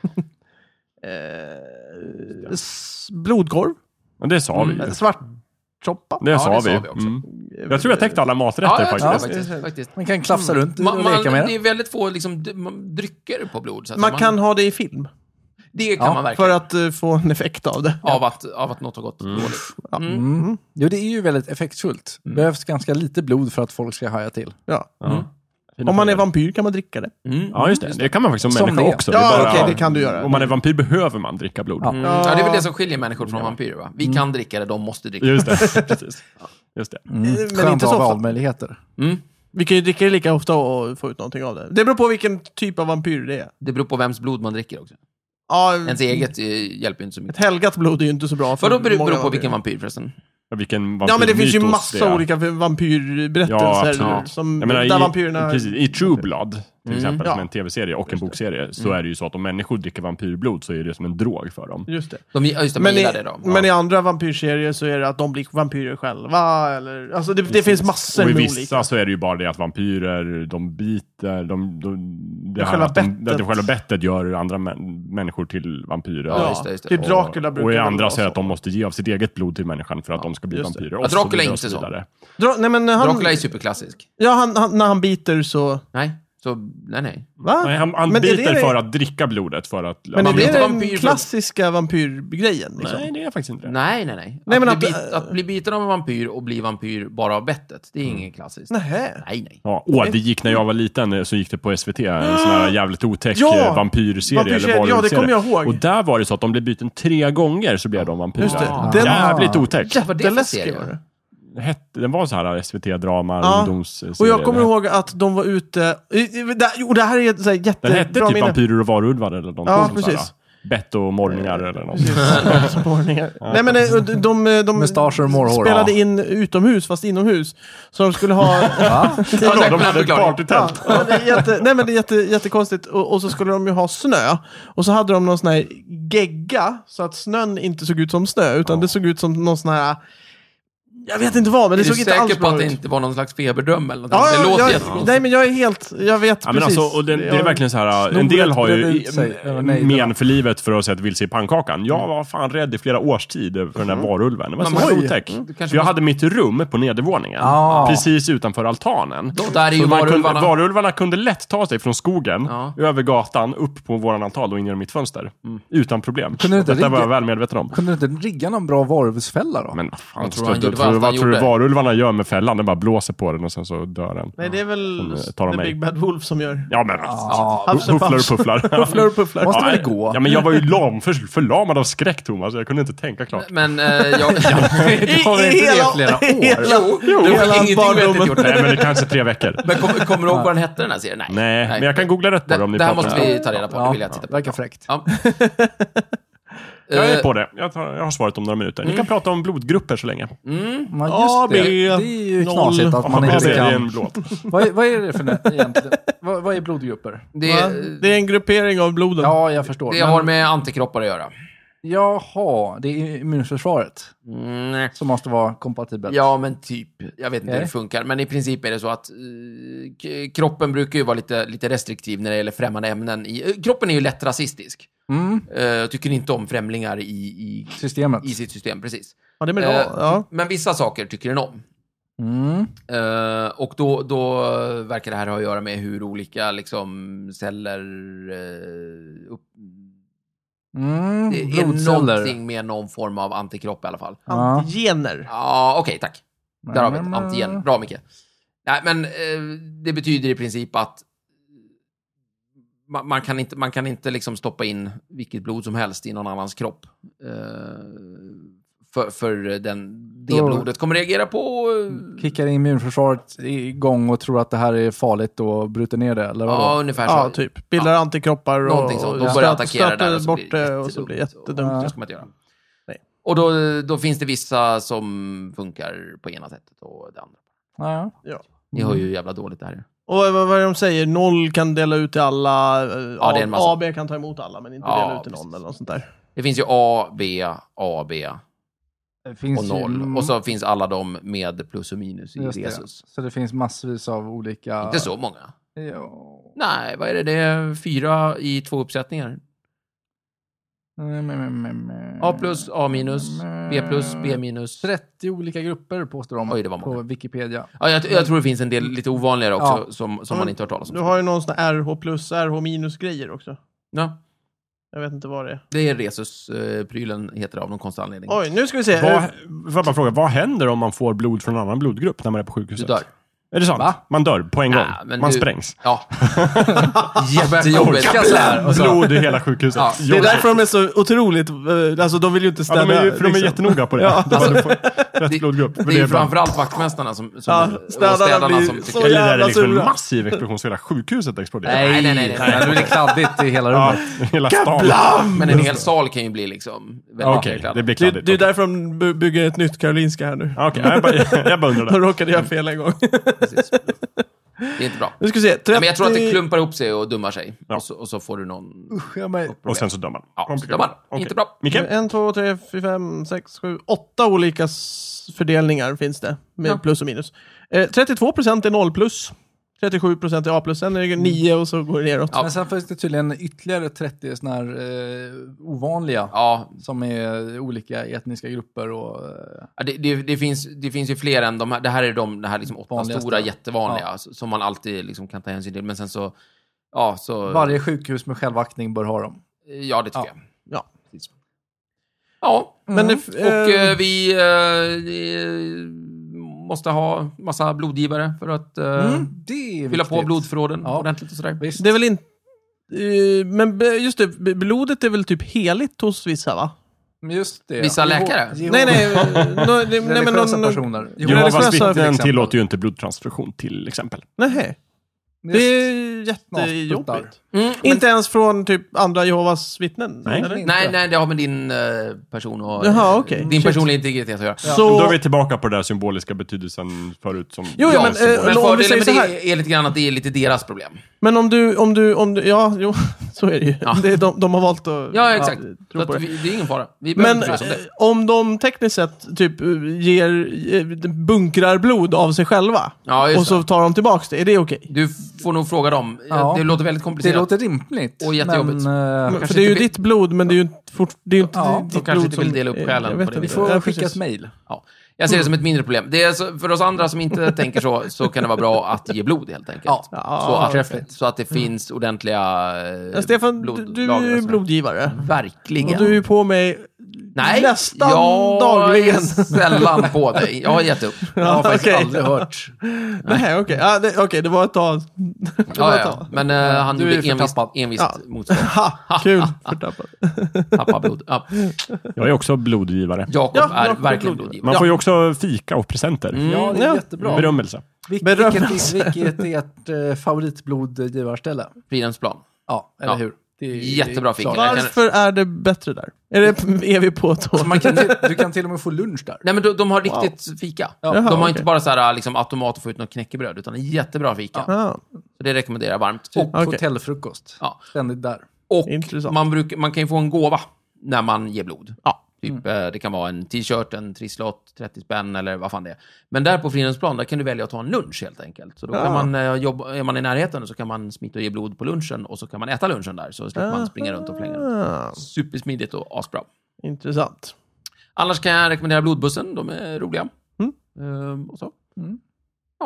Speaker 1: Blodkorv.
Speaker 3: Ja, det sa vi.
Speaker 1: Svartsoppa.
Speaker 3: Det sa vi.
Speaker 2: också.
Speaker 3: Jag tror jag täckte alla maträtter
Speaker 2: faktiskt.
Speaker 4: Man kan klafsa runt och leka med
Speaker 2: det är väldigt få liksom, drycker på blod. Så
Speaker 1: Man kan ha det i film.
Speaker 2: Det kan man verkligen.
Speaker 1: För att få en effekt av det.
Speaker 2: Av att något har gått dåligt.
Speaker 4: Jo, det är ju väldigt effektfullt. Det behövs ganska lite blod för att folk ska haja till.
Speaker 1: Ja. Om man är vampyr kan man dricka det.
Speaker 3: Ja, just det. Det kan man faktiskt som människa också.
Speaker 1: Ja, okej, det kan du göra.
Speaker 3: Om man är vampyr behöver man dricka blod.
Speaker 2: Ja, det är väl det som skiljer människor från vampyrer, va? Vi kan dricka det, de måste dricka det.
Speaker 3: Just det, precis. Just det.
Speaker 1: Men inte så ofta.
Speaker 4: valmöjligheter.
Speaker 1: Vi kan ju dricka det lika ofta och få ut någonting av det. Det beror på vilken typ av vampyr det är.
Speaker 2: Det beror på vems blod man dricker också.
Speaker 1: Ja,
Speaker 2: Ens eget hjälper inte så mycket.
Speaker 1: ett helgat blod är ju inte så bra.
Speaker 2: För då beror på vilken vampyr förresten.
Speaker 3: Ja,
Speaker 1: men det finns ju massa olika vampyrberättelser. Där vampyrerna...
Speaker 3: Precis. I True Blood, till exempel, som en tv-serie och en bokserie, så är det ju så att om människor dricker vampyrblod så är det som en drog för dem.
Speaker 1: Just det.
Speaker 2: De gillar det då.
Speaker 1: Men i andra vampyrserier så är det att de blir vampyrer själva. Eller, alltså det finns massor med olika.
Speaker 3: Och i vissa så är det ju bara det att vampyrer, de biter, själva bettet gör andra människor till vampyrer.
Speaker 2: Ja, just det.
Speaker 1: Typ Dracula brukar
Speaker 3: och i andra säger att de måste ge av sitt eget blod till människan för att de ska bli vampyrer.
Speaker 2: Ja, Dracula är inte så. Dracula är superklassisk.
Speaker 1: Ja, när han biter så...
Speaker 2: Nej.
Speaker 1: Va?
Speaker 3: Nej, han biter för att dricka blodet. För att,
Speaker 1: men är det den klassiska vampyrgrejen? Liksom?
Speaker 3: Nej, det är faktiskt inte det.
Speaker 2: Nej. Att bli biten av en vampyr och bli vampyr bara av bettet, det är ingen klassiskt. Nej.
Speaker 3: Ja, det gick när jag var liten, så gick det på SVT, en sån här jävligt otäck vampyrserie.
Speaker 1: Ja, det kommer jag ihåg.
Speaker 3: Och där var det så att de blev byten 3 gånger så blev de vampyrer.
Speaker 1: Just det.
Speaker 3: Jävligt otäck.
Speaker 1: Jätteläskig var det.
Speaker 3: Den var så här SVT-drama, ungdomsserie.
Speaker 1: Och jag kommer ihåg att de var ute... det här är så här jättebra
Speaker 3: den hette typ Vampyrer och varulvar eller någonting.
Speaker 1: Ja, precis.
Speaker 3: Bett och morgningar eller något.
Speaker 1: Nej, men de spelade in utomhus fast inomhus. Så de skulle ha...
Speaker 3: de hade ett partytält.
Speaker 1: Nej, men det är jättekonstigt. Och så skulle de ju ha snö. Och så hade de någon sån här gegga så att snön inte såg ut som snö utan det såg ut som någon sån här... Jag vet inte vad, men det såg inte alls bra ut.
Speaker 2: Är du säker på att det inte var någon slags feberdröm eller något? Det låter jättekonstigt.
Speaker 1: Nej, men jag vet
Speaker 3: men
Speaker 1: precis.
Speaker 3: Alltså, och det är verkligen så här, en del har ju men för livet för att säga att vill se pannkakan. Jag var fan rädd i flera års tid för den där varulven. Det var så otäck. Jag hade mitt rum på nedervåningen, precis utanför altanen.
Speaker 2: Där är ju
Speaker 3: varulvarna kunde lätt ta sig från skogen, över gatan, upp på våran altan och in genom mitt fönster. Utan problem. Detta var jag väl medveten om.
Speaker 4: Kunde du inte rigga någon bra varulvsfälla då?
Speaker 3: Men fan, vad tror du varulvarna gör med fällan? Den bara blåser på den och sen så dör den.
Speaker 1: Nej, det är väl The Big Bad Wolf som gör.
Speaker 3: Ja, men hufflar och pufflar.
Speaker 1: Hufflar och pufflar.
Speaker 4: Måste väl gå?
Speaker 3: Ja, men jag var ju förlamad av skräck, Thomas. Jag kunde inte tänka klart.
Speaker 2: Men
Speaker 4: det har inte det flera år.
Speaker 2: Jo, det var ingenting vettigt gjort.
Speaker 3: Nej, men det kanske 3 veckor.
Speaker 2: Men kommer du ihåg vad den hette, den här serien?
Speaker 3: Nej, men jag kan googla rätt på det om ni
Speaker 2: pratar. Det här måste vi ta reda på. Det vill jag titta på.
Speaker 4: Verkar fräckt.
Speaker 2: Ja.
Speaker 3: Jag är på det. Jag har svaret om några minuter. Ni kan prata om blodgrupper så länge.
Speaker 4: Det är ju knasigt att man inte kan... Vad är det för egentligen? Vad är blodgrupper?
Speaker 1: Det är en gruppering av bloden.
Speaker 4: Ja, jag förstår.
Speaker 2: Det har med antikroppar att göra.
Speaker 4: Jaha, det är immunförsvaret som måste vara kompatibelt.
Speaker 2: Ja, men typ. Jag vet inte hur det funkar. Men i princip är det så att kroppen brukar ju vara lite restriktiv när det gäller främmande ämnen. Kroppen är ju lätt rasistisk. Tycker inte om främlingar i
Speaker 4: systemet.
Speaker 2: I sitt system, precis.
Speaker 1: Ja, det är
Speaker 2: men vissa saker tycker den om. Och då verkar det här ha att göra med hur olika liksom, celler det är någonting med någon form av antikropp i alla fall.
Speaker 1: Antigener.
Speaker 2: Ja, okej, tack. Där har vi ett antigen. Bra, Micke. Nej, men det betyder i princip att man kan inte liksom stoppa in vilket blod som helst i någon annans kropp. För det blodet kommer reagera på...
Speaker 4: Kickar immunförsvaret igång och tror att det här är farligt och bryter ner det, eller vadå?
Speaker 2: Ja, ungefär så.
Speaker 1: Ja, typ. Bildar antikroppar och...
Speaker 2: Någonting sånt. De börjar attackera där och så
Speaker 1: bort
Speaker 2: blir
Speaker 1: det och så blir det jättedumt.
Speaker 2: Det ska man inte göra.
Speaker 1: Nej.
Speaker 2: Och då finns det vissa som funkar på ena sättet och det andra.
Speaker 1: Ja.
Speaker 2: Ni hör ju jävla dåligt det här.
Speaker 1: Och vad är de säger? 0 kan dela ut till alla.
Speaker 2: det är en massa.
Speaker 1: AB kan ta emot alla, men inte dela ut till någon eller något sånt där.
Speaker 2: Det finns ju A, B,
Speaker 4: Det finns
Speaker 2: och 0. Och så finns alla de med plus och minus i Resus.
Speaker 4: Så det finns massvis av olika...
Speaker 2: Inte så många.
Speaker 4: Ja.
Speaker 2: Nej, vad är det? Det är 4 i 2 uppsättningar. A plus, A minus, B plus, B minus.
Speaker 4: 30 olika grupper påstår de.
Speaker 2: Oj, det var många.
Speaker 4: På Wikipedia.
Speaker 2: Ja, jag tror det finns en del lite ovanligare också som man inte har hört talas om.
Speaker 1: Du har ju någon sån här RH plus, RH minus grejer också.
Speaker 2: Ja.
Speaker 1: Jag vet inte vad det är.
Speaker 2: Det är Resus-prylen heter det av någon konstig anledning.
Speaker 1: Oj, nu ska vi se.
Speaker 3: Får jag bara fråga, vad händer om man får blod från en annan blodgrupp när man är på sjukhuset?
Speaker 2: Du dör.
Speaker 3: Är det sant?
Speaker 4: Va?
Speaker 3: Man dör på en gång.
Speaker 2: men
Speaker 3: Man
Speaker 2: du-
Speaker 3: sprängs.
Speaker 2: Ja. Jättejobbigt.
Speaker 4: Så här, och så.
Speaker 3: Blod i hela sjukhuset.
Speaker 2: Ja,
Speaker 1: Det är därför de är så otroligt... Alltså, de vill ju inte
Speaker 3: Ja,
Speaker 1: städa.
Speaker 3: de är jättenoga på det.
Speaker 1: Ja.
Speaker 3: Då har du fått rätt blodgrupp.
Speaker 2: Det är ju framförallt vaktmästarna som
Speaker 1: Ja,
Speaker 2: och
Speaker 1: städarna
Speaker 2: städarna
Speaker 1: blir
Speaker 2: som
Speaker 1: så
Speaker 2: tycker...
Speaker 3: Eller är det
Speaker 1: jävla
Speaker 3: liksom en
Speaker 1: sura.
Speaker 3: massiv explosion så hela sjukhuset exploderar?
Speaker 2: Nej.
Speaker 4: Det blir kladdigt i hela
Speaker 3: Ja,
Speaker 4: rummet.
Speaker 3: hela stan.
Speaker 2: Men en hel sal kan ju bli liksom väldigt
Speaker 3: Okej,
Speaker 2: nerkladdad.
Speaker 3: det blir
Speaker 1: Det är
Speaker 3: kladdigt.
Speaker 1: därför de bygger ett nytt Karolinska här nu.
Speaker 3: Okej, jag bara undrar
Speaker 1: De
Speaker 3: det.
Speaker 1: råkade göra fel en gång.
Speaker 2: Precis. Det är inte bra.
Speaker 1: Nu ska vi se. 30...
Speaker 2: Men jag tror att det klumpar ihop sig och dummar sig.
Speaker 3: Ja.
Speaker 2: Och så får du någon...
Speaker 3: Och sen så dör man.
Speaker 2: Ja, så dör man.
Speaker 3: Okej.
Speaker 2: Inte bra.
Speaker 3: Micke?
Speaker 1: 1, 2, 3, 4, 5, 6, 7, 8 olika fördelningar finns det. Med plus och minus. 32% är 0 plus. 37% är A plus. Sen är det 9 och så går det neråt.
Speaker 2: Ja.
Speaker 4: Men sen finns det tydligen ytterligare 30 såna här ovanliga
Speaker 2: Ja,
Speaker 4: som är olika etniska grupper och...
Speaker 2: ja, det finns ju fler än de här. Det här är de här liksom 8
Speaker 4: Vanligaste.
Speaker 2: stora, jättevanliga. Som man alltid liksom kan ta hänsyn till. Men sen så... Ja, så...
Speaker 4: Varje sjukhus med självaktning bör ha dem.
Speaker 2: Ja, det tycker jag.
Speaker 1: Ja.
Speaker 2: Precis. Ja,
Speaker 1: Men det,
Speaker 2: och vi måste ha massa blodgivare för att
Speaker 4: Det är
Speaker 2: fylla på
Speaker 4: viktigt.
Speaker 2: blodförråden
Speaker 4: Ja.
Speaker 2: ordentligt och sådär.
Speaker 4: Visst.
Speaker 1: det är väl inte... men just det, blodet är väl typ heligt hos vissa, va?
Speaker 4: Just det.
Speaker 2: Vissa läkare?
Speaker 1: Nej, nej. Nej, men
Speaker 4: Religiösa
Speaker 1: någon...
Speaker 4: personer.
Speaker 3: Jehovas
Speaker 1: religiösa, till
Speaker 3: vittnen
Speaker 4: exempel.
Speaker 3: tillåter ju inte blodtransfusion till exempel.
Speaker 1: Nej. Det är jättejobbigt.
Speaker 2: Mm,
Speaker 1: Inte ens från typ andra Jehovas vittnen?
Speaker 3: Nej.
Speaker 1: eller?
Speaker 2: nej, det har med din person och
Speaker 1: Jaha, okej.
Speaker 2: din
Speaker 1: Shit.
Speaker 2: personliga integritet att göra.
Speaker 1: Så...
Speaker 3: Då är vi tillbaka på den där symboliska betydelsen förut som...
Speaker 1: Jo,
Speaker 2: Ja,
Speaker 1: men,
Speaker 2: men
Speaker 1: om vi
Speaker 2: fördelen
Speaker 1: säger
Speaker 2: med
Speaker 1: så här.
Speaker 2: det är lite grann att det är lite deras problem.
Speaker 1: Men om du, ja, jo, så är det ju.
Speaker 2: Ja.
Speaker 1: Det är de har valt att
Speaker 2: Ja, exakt.
Speaker 1: tro
Speaker 2: Så
Speaker 1: på
Speaker 2: att
Speaker 1: det.
Speaker 2: det är ingen fara. Vi behöver
Speaker 1: Men
Speaker 2: inte bry oss om det.
Speaker 1: om de tekniskt sett typ bunkrar blod av sig själva
Speaker 2: Ja, just
Speaker 1: och så tar de tillbaks det, är det okej?
Speaker 2: Du får nog fråga dem.
Speaker 4: Ja.
Speaker 2: Det låter väldigt
Speaker 4: Det
Speaker 2: komplicerat.
Speaker 4: låter rimligt.
Speaker 2: Och jättejobbigt.
Speaker 4: Men,
Speaker 1: För
Speaker 2: kanske
Speaker 1: det är ju
Speaker 2: inte
Speaker 1: ditt blod, men det är ju inte, det är ju inte
Speaker 4: Ja,
Speaker 1: ditt
Speaker 2: de kanske
Speaker 1: blod
Speaker 2: inte vill
Speaker 1: som-
Speaker 2: dela upp själen
Speaker 1: jag vet
Speaker 2: på det
Speaker 1: inte.
Speaker 4: vi
Speaker 2: viset.
Speaker 4: får
Speaker 1: Ja,
Speaker 4: skicka
Speaker 1: precis.
Speaker 4: ett mejl.
Speaker 2: Ja. Jag ser det som ett mindre problem. Det är för oss andra som inte tänker så kan det vara bra att ge blod helt enkelt.
Speaker 4: Ja.
Speaker 2: Så, att,
Speaker 1: okej.
Speaker 2: så att det finns ordentliga
Speaker 1: Ja, Stefan, du är
Speaker 2: blodlager
Speaker 1: ju
Speaker 2: och sådär.
Speaker 1: blodgivare.
Speaker 2: Verkligen.
Speaker 1: Och du är ju på mig
Speaker 2: Nej,
Speaker 1: nästan
Speaker 2: jag
Speaker 1: dagligen.
Speaker 2: är sällan på dig. Jag har gett upp.
Speaker 4: Jag har faktiskt
Speaker 1: okej.
Speaker 4: aldrig hört.
Speaker 1: Nej, okej. Ja, okej, det var ett tag.
Speaker 2: Ja. Men han
Speaker 4: Du är
Speaker 2: gjorde
Speaker 4: förtappad.
Speaker 2: envist
Speaker 1: Ja.
Speaker 2: motstånd.
Speaker 1: Ha, kul. Förtappad.
Speaker 2: Tappa blod. Ja.
Speaker 3: Jag är också blodgivare.
Speaker 2: Jakob
Speaker 1: Ja,
Speaker 2: är
Speaker 1: Jakob är
Speaker 2: verkligen
Speaker 1: blod.
Speaker 2: blodgivare.
Speaker 3: Man får ju också fika och presenter.
Speaker 4: Ja, det är
Speaker 1: Ja.
Speaker 4: jättebra.
Speaker 3: Berömmelse.
Speaker 4: Vilket
Speaker 1: Berömmelse.
Speaker 4: är ert favoritblodgivarställe?
Speaker 2: Fridhemsplan.
Speaker 4: Ja, eller
Speaker 2: Ja.
Speaker 4: hur? Det är
Speaker 2: Jättebra fika.
Speaker 4: klart.
Speaker 1: Varför är det bättre där? Är vi på då?
Speaker 4: Så du kan till och med få lunch där.
Speaker 2: Nej, men de har riktigt fika.
Speaker 4: Ja.
Speaker 2: De har
Speaker 1: Jaha,
Speaker 2: inte
Speaker 1: okej.
Speaker 2: bara så här, liksom, automat att få ut något knäckebröd, utan en jättebra fika.
Speaker 1: Ja.
Speaker 2: Så det rekommenderar jag varmt.
Speaker 4: Typ
Speaker 2: Och,
Speaker 1: okej.
Speaker 4: hotellfrukost.
Speaker 2: Ja.
Speaker 4: Ständigt där.
Speaker 2: och
Speaker 1: Intressant.
Speaker 2: man kan ju få en gåva när man ger blod.
Speaker 1: Ja.
Speaker 2: Typ, det kan vara en t-shirt, en trisslott, 30 spänn eller vad fan det är. Men där på Fridhemsplan, där kan du välja att ta en lunch helt enkelt. Så då kan man jobba, är man i närheten så kan man smita och ge blod på lunchen och så kan man äta lunchen där. Så slipper man springa runt och flänga runt. Supersmidigt och asbra.
Speaker 1: Intressant.
Speaker 2: Annars kan jag rekommendera Blodbussen, de är roliga. Och så.
Speaker 4: Mm.
Speaker 2: Ja.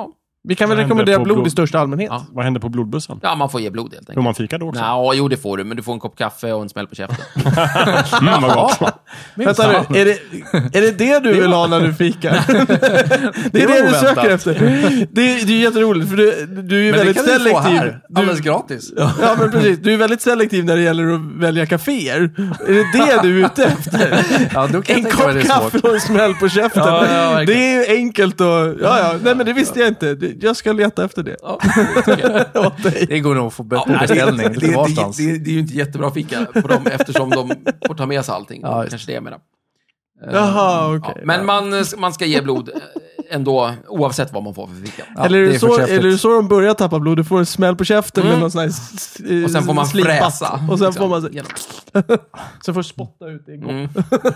Speaker 1: Vi kan väl rekommendera blod i största allmänhet.
Speaker 2: Ja.
Speaker 3: Vad händer på blodbussen?
Speaker 2: Ja, man får ge blod helt enkelt.
Speaker 3: Får man fika då också?
Speaker 2: Ja, jo det får du, men du får en kopp kaffe och en smäll på käften.
Speaker 3: Vad gott.
Speaker 1: Vänta nu, är det du vill ha när du fikar? Det är det du söker efter. Det är jätteroligt, för du är ju väldigt selektiv.
Speaker 4: Alldeles gratis.
Speaker 1: Ja, men precis. Du är väldigt selektiv när det gäller att välja kaféer. Är det du är ute efter?
Speaker 4: Ja, då kan
Speaker 1: En
Speaker 4: jag tänka mig
Speaker 1: kopp
Speaker 4: det är
Speaker 1: kaffe
Speaker 4: svårt.
Speaker 1: och en smäll på käften.
Speaker 2: Ja,
Speaker 1: det är ju enkelt och... Nej, men det visste jag inte. Jag ska leta efter det.
Speaker 2: Ja,
Speaker 1: Åt dig.
Speaker 4: Det går nog att få
Speaker 2: ja,
Speaker 4: beställning lite varstans.
Speaker 2: det är ju inte jättebra fika på dem eftersom de får ta med sig allting.
Speaker 4: Ja, just.
Speaker 2: Kanske det jag menar.
Speaker 1: Jaha, okej.
Speaker 2: Men man ska ge blod ändå, oavsett vad man får för fika.
Speaker 4: Ja,
Speaker 1: Eller
Speaker 4: det
Speaker 1: är
Speaker 4: är
Speaker 1: det så,
Speaker 4: förträffligt.
Speaker 1: eller är det så de börjar tappa blod? Du får en smäll på käften med någon sån här
Speaker 2: Och sen får man
Speaker 1: slipat.
Speaker 2: fräsa.
Speaker 1: Och sen
Speaker 2: liksom,
Speaker 1: får man...
Speaker 2: genom.
Speaker 1: Sen får du spotta ut det en gång.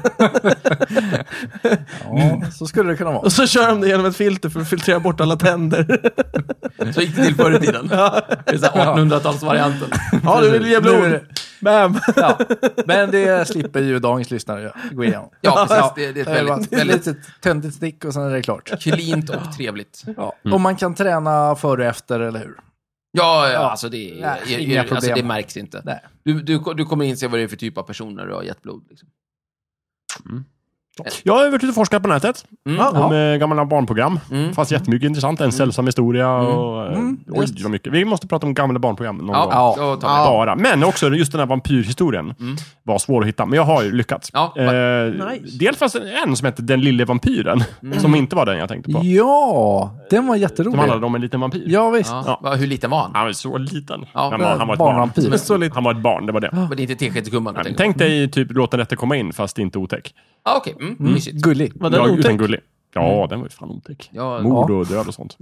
Speaker 4: Ja, så skulle det kunna vara.
Speaker 1: Och så kör de det genom ett filter för att filtrera bort alla tänder.
Speaker 2: Så gick det till förr i tiden. Det är så här 1800-talsvarianten.
Speaker 1: Ja, du vill ge
Speaker 4: Nu är
Speaker 1: blod.
Speaker 4: det-
Speaker 1: Bam!
Speaker 4: Ja, men det slipper ju dagens lyssnare gå igenom.
Speaker 2: Ja, precis. Det är ett väldigt,
Speaker 4: Ett
Speaker 2: väldigt
Speaker 4: litet töntigt stick och sen är det klart.
Speaker 2: cleant och trevligt.
Speaker 4: Ja. Och man kan träna före och efter, eller hur?
Speaker 2: Ja, alltså det,
Speaker 4: Nej, inga
Speaker 2: alltså
Speaker 4: problem.
Speaker 2: det märks inte.
Speaker 4: Nej.
Speaker 2: Du kommer inse vad det är för typ av personer du har gett blod. Liksom.
Speaker 3: Jag har varit ute och forskat på nätet. Om gamla barnprogram. Fast jättemycket intressant. En sällsam historia. Och, oj, vad mycket. Vi måste prata om gamla barnprogram någon gång.
Speaker 2: Ja, då tar vi det.
Speaker 3: Bara. Men också just den här vampyrhistorien var svår att hitta. Men jag har ju lyckats.
Speaker 2: Ja,
Speaker 1: nice.
Speaker 3: Dels fanns en som hette Den lille vampyren. Som inte var den jag tänkte på.
Speaker 4: Ja, den var jätterolig.
Speaker 3: Som handlade om en liten vampyr.
Speaker 4: Ja, visst.
Speaker 2: Ja. Hur liten var han?
Speaker 3: Han var så liten.
Speaker 2: Ja,
Speaker 3: han var ett barn.
Speaker 4: barnvampyr.
Speaker 1: Men så lite.
Speaker 3: Han var ett barn, det var det.
Speaker 2: Men det är inte teskedsgumman du tänker på.
Speaker 3: Tänk dig typ låta detta komma in fast inte otäck.
Speaker 2: Ja, okej. Mysigt.
Speaker 4: Gullig.
Speaker 1: Var den
Speaker 3: Utan
Speaker 1: otäck?
Speaker 3: gullig. Ja, den var ju fan otäck.
Speaker 2: Ja,
Speaker 3: Mord och död och sånt.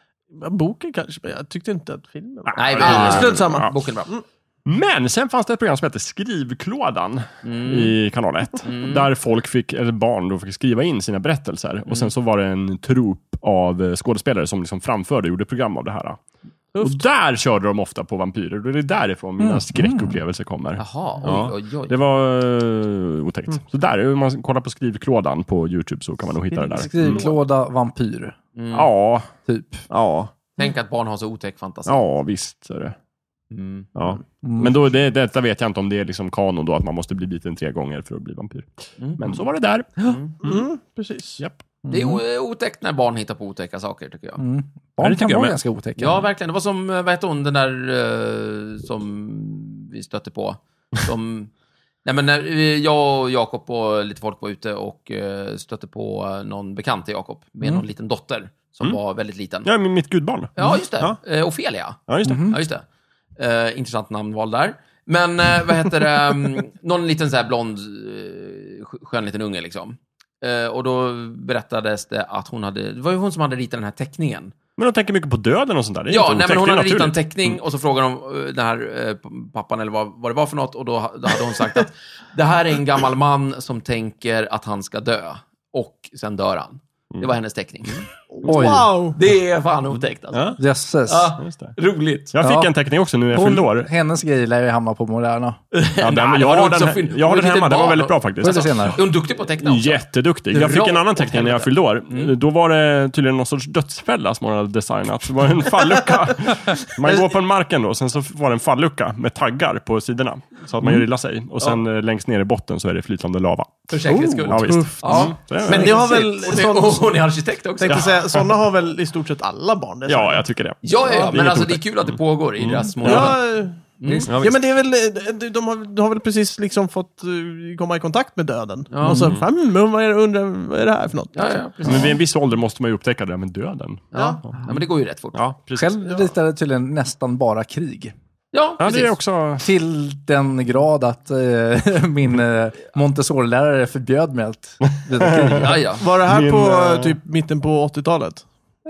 Speaker 1: Boken kanske, men jag tyckte inte att filmen...
Speaker 2: Nej,
Speaker 1: Strunt samma.
Speaker 3: Ja.
Speaker 2: boken är bra.
Speaker 3: Men sen fanns det ett program som hette Skrivklådan i kanal 1. Där folk fick, eller barn då fick skriva in sina berättelser. Och sen så var det en trupp av skådespelare som liksom framförde och gjorde program av det här. Och där körde de ofta på vampyrer. Och det är därifrån mina skräckupplevelser kommer.
Speaker 2: Jaha,
Speaker 3: Ja.
Speaker 2: oj.
Speaker 3: Det var otäckt. Så där, om man kollar på Skrivklådan på YouTube så kan man nog hitta det där.
Speaker 4: Skrivklåda vampyr,
Speaker 3: Ja,
Speaker 4: typ.
Speaker 3: ja,
Speaker 2: Tänk att barn har så otäck fantasi.
Speaker 3: ja, visst är det. Ja. Men då, detta vet jag inte om det är liksom kanon då, att man måste bli biten 3 gånger för att bli vampyr. Men så var det där.
Speaker 1: Precis.
Speaker 3: Japp.
Speaker 2: Det är otäckt när barn hittar på otäcka saker, tycker jag.
Speaker 3: Ja,
Speaker 4: Barn
Speaker 3: det
Speaker 4: kan
Speaker 3: tycker jag
Speaker 4: vara
Speaker 3: med.
Speaker 4: ganska otäcka.
Speaker 2: Ja, verkligen. Det var som, vad heter hon, den där som vi stötte på. Som, nej men när jag och Jakob och lite folk var ute och stötte på någon bekant till Jakob med någon liten dotter som var väldigt liten.
Speaker 3: Ja, mitt gudbarn.
Speaker 2: Ja, just det.
Speaker 3: Ja.
Speaker 2: Ofelia.
Speaker 3: Ja, just det.
Speaker 2: Ja, just det. Intressant namnval där. Men vad heter det? Någon liten så här blond, skön liten unge liksom. Och då berättades det att hon hade, det var ju hon som hade ritat den här teckningen.
Speaker 3: Men de tänker mycket på döden och sånt där. Det är
Speaker 2: Ja,
Speaker 3: inte
Speaker 2: nej,
Speaker 3: otäckt,
Speaker 2: men hon
Speaker 3: det är
Speaker 2: hade ritat en
Speaker 3: naturligt.
Speaker 2: teckning och så frågade de den här pappan eller vad det var för något, och då hade hon sagt att det här är en gammal man som tänker att han ska dö och sen dör han. Det var hennes teckning.
Speaker 4: Oj,
Speaker 1: Wow!
Speaker 2: Det är fan otäckt alltså.
Speaker 3: Ja,
Speaker 4: jösses.
Speaker 2: Ja,
Speaker 3: just det.
Speaker 2: roligt.
Speaker 3: Jag fick
Speaker 4: Ja.
Speaker 3: en teckning också nu när jag fyllde år.
Speaker 4: Hennes grejer lär ju hamna på Moderna.
Speaker 3: Ja,
Speaker 2: Nej,
Speaker 3: jag
Speaker 2: det var
Speaker 3: har
Speaker 2: också
Speaker 3: den,
Speaker 2: fin-
Speaker 3: jag har den
Speaker 2: lite
Speaker 3: hemma, den var
Speaker 2: barn.
Speaker 3: väldigt bra
Speaker 4: Får jag
Speaker 3: faktiskt.
Speaker 4: se senare.
Speaker 2: Är hon duktig på att teckna också?
Speaker 3: Jätteduktig. Jag fick en annan teckning när jag fyllde år. Då var det tydligen någon sorts dödsfälla som hon hade designat. Det var en fallucka. Man går på en marken då, och sen så var det en fallucka med taggar på sidorna. Så att man gör illa sig. Och sen längst ner i botten så är det flytande lava.
Speaker 2: För säkerhets skull.
Speaker 3: Ja, visst.
Speaker 2: Ja.
Speaker 3: Så det-
Speaker 1: Men det har väl...
Speaker 2: Hon är arkitekt också.
Speaker 1: Tänkte säga, sådana har väl i stort sett alla barn. Det är så.
Speaker 3: Ja, jag tycker det.
Speaker 2: Ja,
Speaker 3: det är
Speaker 2: men
Speaker 3: inget
Speaker 2: alltså det är
Speaker 3: otäckt.
Speaker 2: kul att det pågår i deras små...
Speaker 1: Ja,
Speaker 3: Ja,
Speaker 1: ja, men det är väl, de har väl precis liksom fått komma i kontakt med döden. Och så, men vad är det här för något?
Speaker 2: Ja, precis.
Speaker 3: Men vid en viss ålder måste man ju upptäcka det här med döden.
Speaker 2: Ja, men det går ju rätt fort.
Speaker 3: Ja, precis.
Speaker 4: Själv ritade tydligen nästan bara krig.
Speaker 2: Ja,
Speaker 3: Ja,
Speaker 2: precis.
Speaker 3: det är också...
Speaker 4: Till den grad att min Montessori-lärare förbjöd mig att rita krig.
Speaker 2: Ja, ja.
Speaker 1: Var det här
Speaker 3: Min,
Speaker 1: på typ mitten på 80-talet?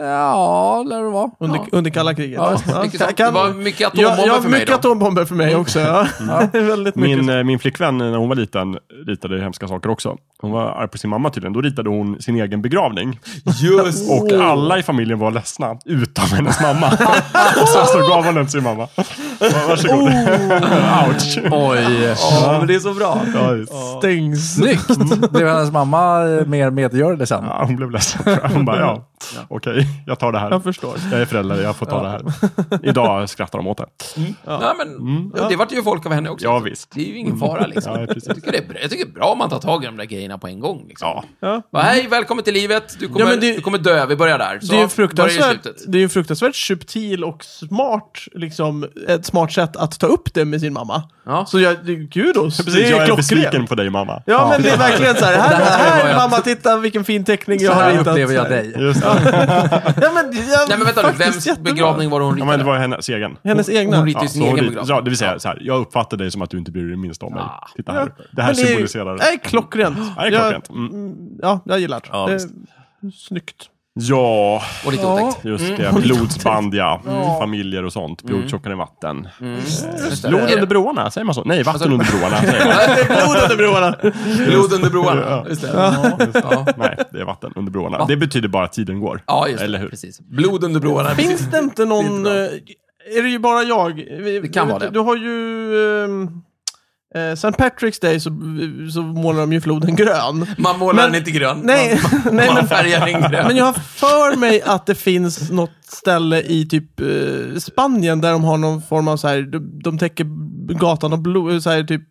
Speaker 4: Ja, lär det vara.
Speaker 1: Under kalla kriget?
Speaker 4: Ja,
Speaker 2: Det var mycket atombomber
Speaker 1: ja,
Speaker 2: för mig
Speaker 1: mycket
Speaker 2: då.
Speaker 1: atombomber för mig också. Ja. Väldigt mycket.
Speaker 3: Min flickvän, när hon var liten, ritade hemska saker också. Hon var arg på sin mamma tydligen. Då ritade hon sin egen begravning.
Speaker 2: Just.
Speaker 3: Och alla i familjen var ledsna, utom hennes mamma. Och sen så gav hon den till sin mamma. Varsågod. Ouch.
Speaker 4: Oj.
Speaker 2: Men det är så bra.
Speaker 1: Stängs.
Speaker 4: Snyggt. Blev hennes mamma mer medgörande sen?
Speaker 3: Ja, hon blev ledsen. Hon bara, okej, jag tar det här.
Speaker 1: Jag förstår.
Speaker 3: Jag är förälder, jag får ta det här. Idag skrattar de åt det.
Speaker 2: Ja, men det vart ju folk av henne också.
Speaker 3: Ja, visst.
Speaker 2: Det är ju ingen fara liksom.
Speaker 3: Ja, precis.
Speaker 2: Jag tycker det är bra om man tar tag i de där grejerna på en gång. Liksom.
Speaker 3: Ja.
Speaker 2: Hej, välkommen till livet. Du kommer dö, vi börjar där. Så
Speaker 1: Det är ju en fruktansvärt subtil och smart, liksom, ett smart sätt att ta upp det med sin mamma.
Speaker 2: Ja.
Speaker 1: Så kudos,
Speaker 3: Precis,
Speaker 1: det är
Speaker 3: jag är
Speaker 1: klockrent.
Speaker 3: besviken på dig, mamma.
Speaker 1: Ja, men det är verkligen så här.
Speaker 4: Det här
Speaker 1: Här
Speaker 4: var jag-
Speaker 1: mamma, titta vilken fin teckning
Speaker 4: Så
Speaker 1: jag har
Speaker 4: här
Speaker 1: ritat.
Speaker 4: upplever jag dig.
Speaker 3: Just det.
Speaker 2: Nej, men vänta nu, vems begravning var det hon
Speaker 3: Ja,
Speaker 2: ritade?
Speaker 3: men det var hennes egen.
Speaker 1: Hennes egna.
Speaker 2: Hon ritade sin
Speaker 3: så hon
Speaker 2: egen
Speaker 3: rit-
Speaker 2: begravning.
Speaker 3: ja, det vill säga så här, jag uppfattar dig som att du inte bryr dig minst om mig. Titta här.
Speaker 1: Ja.
Speaker 3: Det här
Speaker 1: Men
Speaker 3: symboliserar
Speaker 1: det är klockrent.
Speaker 3: Ja, det är klockrent.
Speaker 1: Ja, jag gillar det.
Speaker 3: Ja,
Speaker 1: Det är
Speaker 3: visst.
Speaker 1: snyggt.
Speaker 3: Ja,
Speaker 2: Och lite otäckt.
Speaker 3: just det. Blodsband, familjer och sånt. Blod tjockare än vatten.
Speaker 2: Just det.
Speaker 3: Blod
Speaker 2: Är det-
Speaker 3: under broarna, säger man så? Nej, vatten under broarna, säger man.
Speaker 1: Blod under broarna.
Speaker 2: Blod under broarna. Just det. Ja.
Speaker 3: Nej, det är vatten under broarna. Det betyder bara att tiden går.
Speaker 2: Ja, just
Speaker 3: Eller
Speaker 2: det.
Speaker 3: hur?
Speaker 2: Precis. Blod under broarna.
Speaker 1: Finns det inte någon... Är det ju bara jag?
Speaker 2: Det kan vara det.
Speaker 1: Du har ju... St. Patrick's Day så målar de ju floden grön.
Speaker 2: Man målar den inte grön.
Speaker 1: Nej, nej,
Speaker 2: Man
Speaker 1: men
Speaker 2: färgar den grön.
Speaker 1: Men jag har för mig att det finns något ställe i typ Spanien där de har någon form av så här, de täcker gatan av blod, så här typ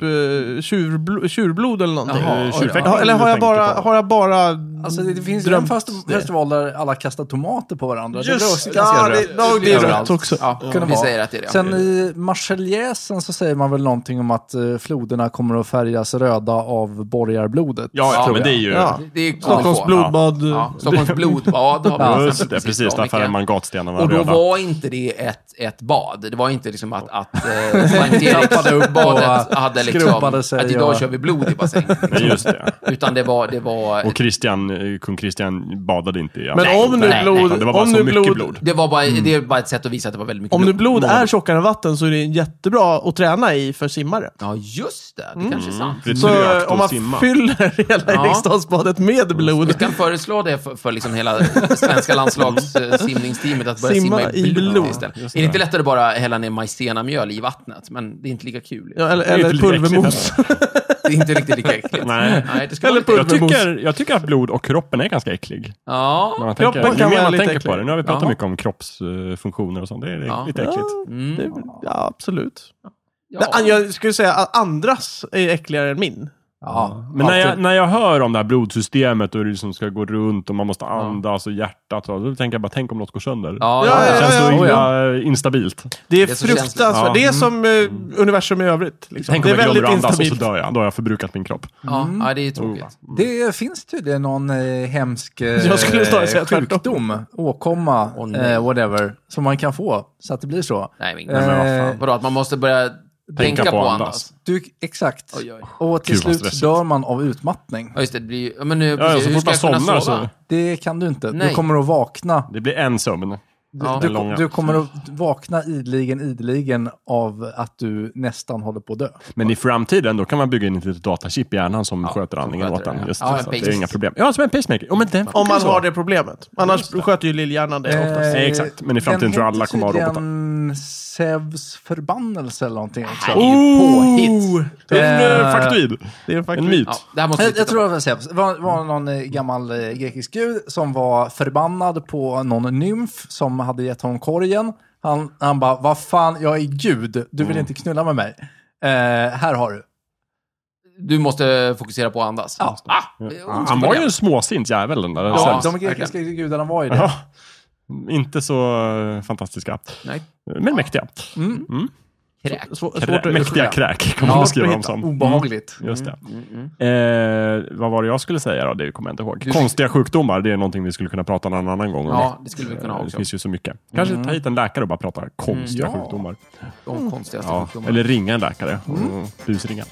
Speaker 1: tjurblod eller någonting.
Speaker 2: Jaha,
Speaker 3: Tjurfäktning
Speaker 1: Eller har jag bara
Speaker 4: Alltså det finns ju
Speaker 1: drömt
Speaker 4: en
Speaker 1: det?
Speaker 4: festival där alla kastar tomater på varandra. Det är
Speaker 1: Just
Speaker 4: också ganska rött.
Speaker 1: det är
Speaker 2: Överallt.
Speaker 1: rött också.
Speaker 2: Ja,
Speaker 4: Kunde
Speaker 2: vi
Speaker 4: vara.
Speaker 2: säger att det är det.
Speaker 4: Sen i Marseljäsen så säger man väl någonting om att floderna kommer att färgas röda av borgarblodet.
Speaker 3: Ja,
Speaker 2: Ja,
Speaker 3: men
Speaker 2: men
Speaker 3: det är ju...
Speaker 1: Ja.
Speaker 2: Det är
Speaker 1: Stockholms blodbad.
Speaker 2: Ja, Stockholms blodbad har vi
Speaker 3: Just
Speaker 2: exempelvis
Speaker 3: det, precis. Där
Speaker 2: bra
Speaker 3: färgar
Speaker 2: mycket.
Speaker 3: man gatstenarna
Speaker 2: Och då
Speaker 3: röda.
Speaker 2: var inte det ett bad. Det var inte liksom att Sankt
Speaker 4: Trappade upp
Speaker 2: Eriksbadet
Speaker 4: och
Speaker 2: hade liksom
Speaker 4: skrumpade sig
Speaker 2: att idag
Speaker 4: och-
Speaker 2: kör vi blod i bassängen.
Speaker 3: Nej, just det.
Speaker 2: Utan det var
Speaker 3: Och kung Christian badade inte i
Speaker 1: Men om nu
Speaker 2: nej,
Speaker 1: blod...
Speaker 3: nej, det var bara
Speaker 1: om
Speaker 3: så
Speaker 1: nu
Speaker 3: mycket
Speaker 1: blod,
Speaker 3: blod.
Speaker 2: det är bara ett sätt att visa att det var väldigt mycket
Speaker 1: Om nu
Speaker 2: blod.
Speaker 1: blod är tjockare än vatten så är det jättebra att träna i för simmare.
Speaker 2: Ja, just det. Det kanske är sant.
Speaker 3: Det är
Speaker 1: Så
Speaker 3: trögt
Speaker 1: om
Speaker 3: att
Speaker 1: man
Speaker 3: simma.
Speaker 1: fyller hela
Speaker 2: Ja.
Speaker 1: Eriksdalsbadet med
Speaker 2: Vi
Speaker 1: blod.
Speaker 2: kan föreslå det för liksom hela svenska landslagssimningsteamet att börja
Speaker 1: Simma
Speaker 2: simma
Speaker 1: i
Speaker 2: i blod
Speaker 1: blod.
Speaker 2: istället. Är det inte lättare bara hälla ner majsenamjöl i vattnet? Men det är inte lika kul.
Speaker 1: Ja,
Speaker 3: är inte
Speaker 1: eller
Speaker 3: lika
Speaker 1: pulvermos.
Speaker 2: Det är inte riktigt lika äckligt.
Speaker 3: Nej.
Speaker 2: det ska
Speaker 1: Eller
Speaker 2: vara lite...
Speaker 3: Jag tycker att blod och kroppen är ganska äcklig.
Speaker 2: Ja.
Speaker 3: När man
Speaker 1: Kroppen
Speaker 3: tänker,
Speaker 1: kan
Speaker 3: ju mer
Speaker 1: vara
Speaker 3: man
Speaker 1: lite
Speaker 3: tänker
Speaker 1: äcklig.
Speaker 3: på det. Nu har vi pratat
Speaker 2: Jaha.
Speaker 3: mycket om kroppsfunktioner och sånt. Det är
Speaker 2: Ja.
Speaker 3: lite äckligt.
Speaker 1: Ja, absolut.
Speaker 2: Ja.
Speaker 1: Jag skulle säga att andras är äckligare än min.
Speaker 4: Ja,
Speaker 3: Men
Speaker 4: alltid.
Speaker 3: när jag hör om det här blodsystemet och det liksom ska gå runt och man måste andas och hjärtat, då tänker jag bara, tänk om något går sönder.
Speaker 2: Ja,
Speaker 1: Ja,
Speaker 3: Det känns så
Speaker 1: ja.
Speaker 3: illa instabilt.
Speaker 1: Det är
Speaker 2: Det är så
Speaker 1: fruktansvärt.
Speaker 3: känsligt.
Speaker 1: Det är som universum i övrigt. Liksom.
Speaker 3: Tänk
Speaker 1: Det
Speaker 3: om
Speaker 1: är
Speaker 3: jag glömmer
Speaker 1: väldigt
Speaker 3: att andas och så
Speaker 1: instabilt.
Speaker 3: dör jag. Då har jag förbrukat min kropp.
Speaker 2: ja, det är tråkigt.
Speaker 4: Det finns tydligen någon hemsk
Speaker 1: Jag skulle snarare säga tvärtom.
Speaker 4: sjukdom, åkomma,
Speaker 2: Åh, nej.
Speaker 4: whatever, som man kan få så att det blir så.
Speaker 2: Nej, men vad fan. Vadå, att man måste börja tänka på att andas?
Speaker 4: Exakt.
Speaker 2: Oj, oj.
Speaker 4: Och till
Speaker 3: Gud, vad
Speaker 4: slut
Speaker 3: stressigt.
Speaker 4: dör man av utmattning.
Speaker 2: Ja, just det. Det blir... Ja, men nu,
Speaker 3: Ja,
Speaker 2: precis,
Speaker 3: så
Speaker 2: hur
Speaker 3: fort
Speaker 2: ska
Speaker 3: man
Speaker 2: jag kunna
Speaker 3: somnar
Speaker 2: sova?
Speaker 3: så...
Speaker 4: Det kan du inte.
Speaker 2: Nej.
Speaker 4: Du kommer att vakna.
Speaker 3: Det blir en sömn.
Speaker 2: Ja.
Speaker 3: Den långa.
Speaker 4: Du kommer att vakna ideligen av att du nästan håller på att dö.
Speaker 3: Men i framtiden, då kan man bygga in ett litet datachip i hjärnan som sköter andningen
Speaker 2: sköter
Speaker 3: åt den.
Speaker 2: det, ja.
Speaker 3: Just
Speaker 2: Ja,
Speaker 3: det,
Speaker 2: en
Speaker 3: så det är
Speaker 2: pacemaker.
Speaker 3: inga problem. Ja, som en pacemaker. Ja, men den
Speaker 1: Om man
Speaker 3: så.
Speaker 1: har det problemet. Annars sköter ju lillhjärnan det oftast.
Speaker 3: Nej, exakt. Men i framtiden tror jag alla kommer att ha robotar.
Speaker 4: Den Zeus förbannelse eller någonting också.
Speaker 2: Påhitt.
Speaker 3: Det är en faktoid.
Speaker 1: Det är
Speaker 3: En
Speaker 1: faktiskt
Speaker 3: myt.
Speaker 2: Ja, det här måste vi
Speaker 4: Jag
Speaker 2: titta
Speaker 4: tror
Speaker 2: på.
Speaker 4: det var Zeus. Det var någon gammal grekisk gud som var förbannad på någon nymf som hade gett honom korgen. Han bara, vad fan, jag är gud. Du vill inte knulla med mig. Här har du.
Speaker 2: Du måste fokusera på att andas.
Speaker 4: Ja.
Speaker 3: Han var ju en småsint jävel, den där.
Speaker 2: Ja.
Speaker 3: Zeus.
Speaker 4: De grekiska gudarna var ju det.
Speaker 3: Ja. Inte så fantastiska.
Speaker 2: Nej.
Speaker 3: Men mäktiga.
Speaker 2: Kräk.
Speaker 3: Mäktiga kräk kan man beskriva dem som.
Speaker 4: Obehagligt.
Speaker 3: Just det. Vad var det jag skulle säga då? Det kommer jag inte ihåg. Konstiga sjukdomar, det är någonting vi skulle kunna prata om en annan gång.
Speaker 2: Ja, det skulle vi kunna ha
Speaker 3: Det
Speaker 2: också.
Speaker 3: finns ju så mycket. Kanske ta hit en läkare och bara prata konstiga
Speaker 4: Ja.
Speaker 3: sjukdomar.
Speaker 2: De konstigaste
Speaker 3: Ja.
Speaker 2: sjukdomarna.
Speaker 3: Eller ringa en läkare. Busringa.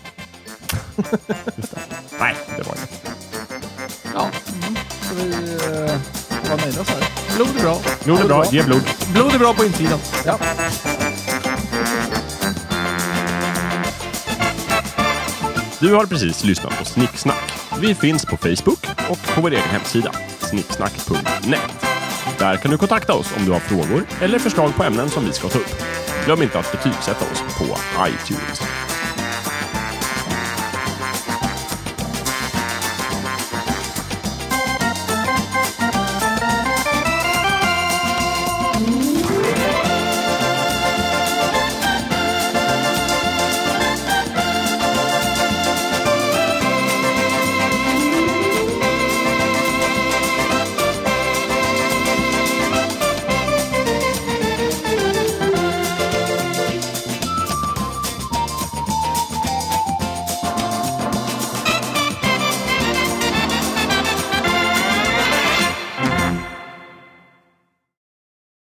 Speaker 3: Just det. Nej, det var inget.
Speaker 2: Ja.
Speaker 4: Så vi var nöjda så här.
Speaker 1: Blod är bra.
Speaker 3: Blod är bra, ge blod.
Speaker 1: Blod är bra på insidan.
Speaker 4: Ja.
Speaker 3: Du har precis lyssnat på Snicksnack. Vi finns på Facebook och på vår egen hemsida, snicksnack.net. Där kan du kontakta oss om du har frågor eller förslag på ämnen som vi ska ta upp. glöm inte att betygsätta oss på iTunes.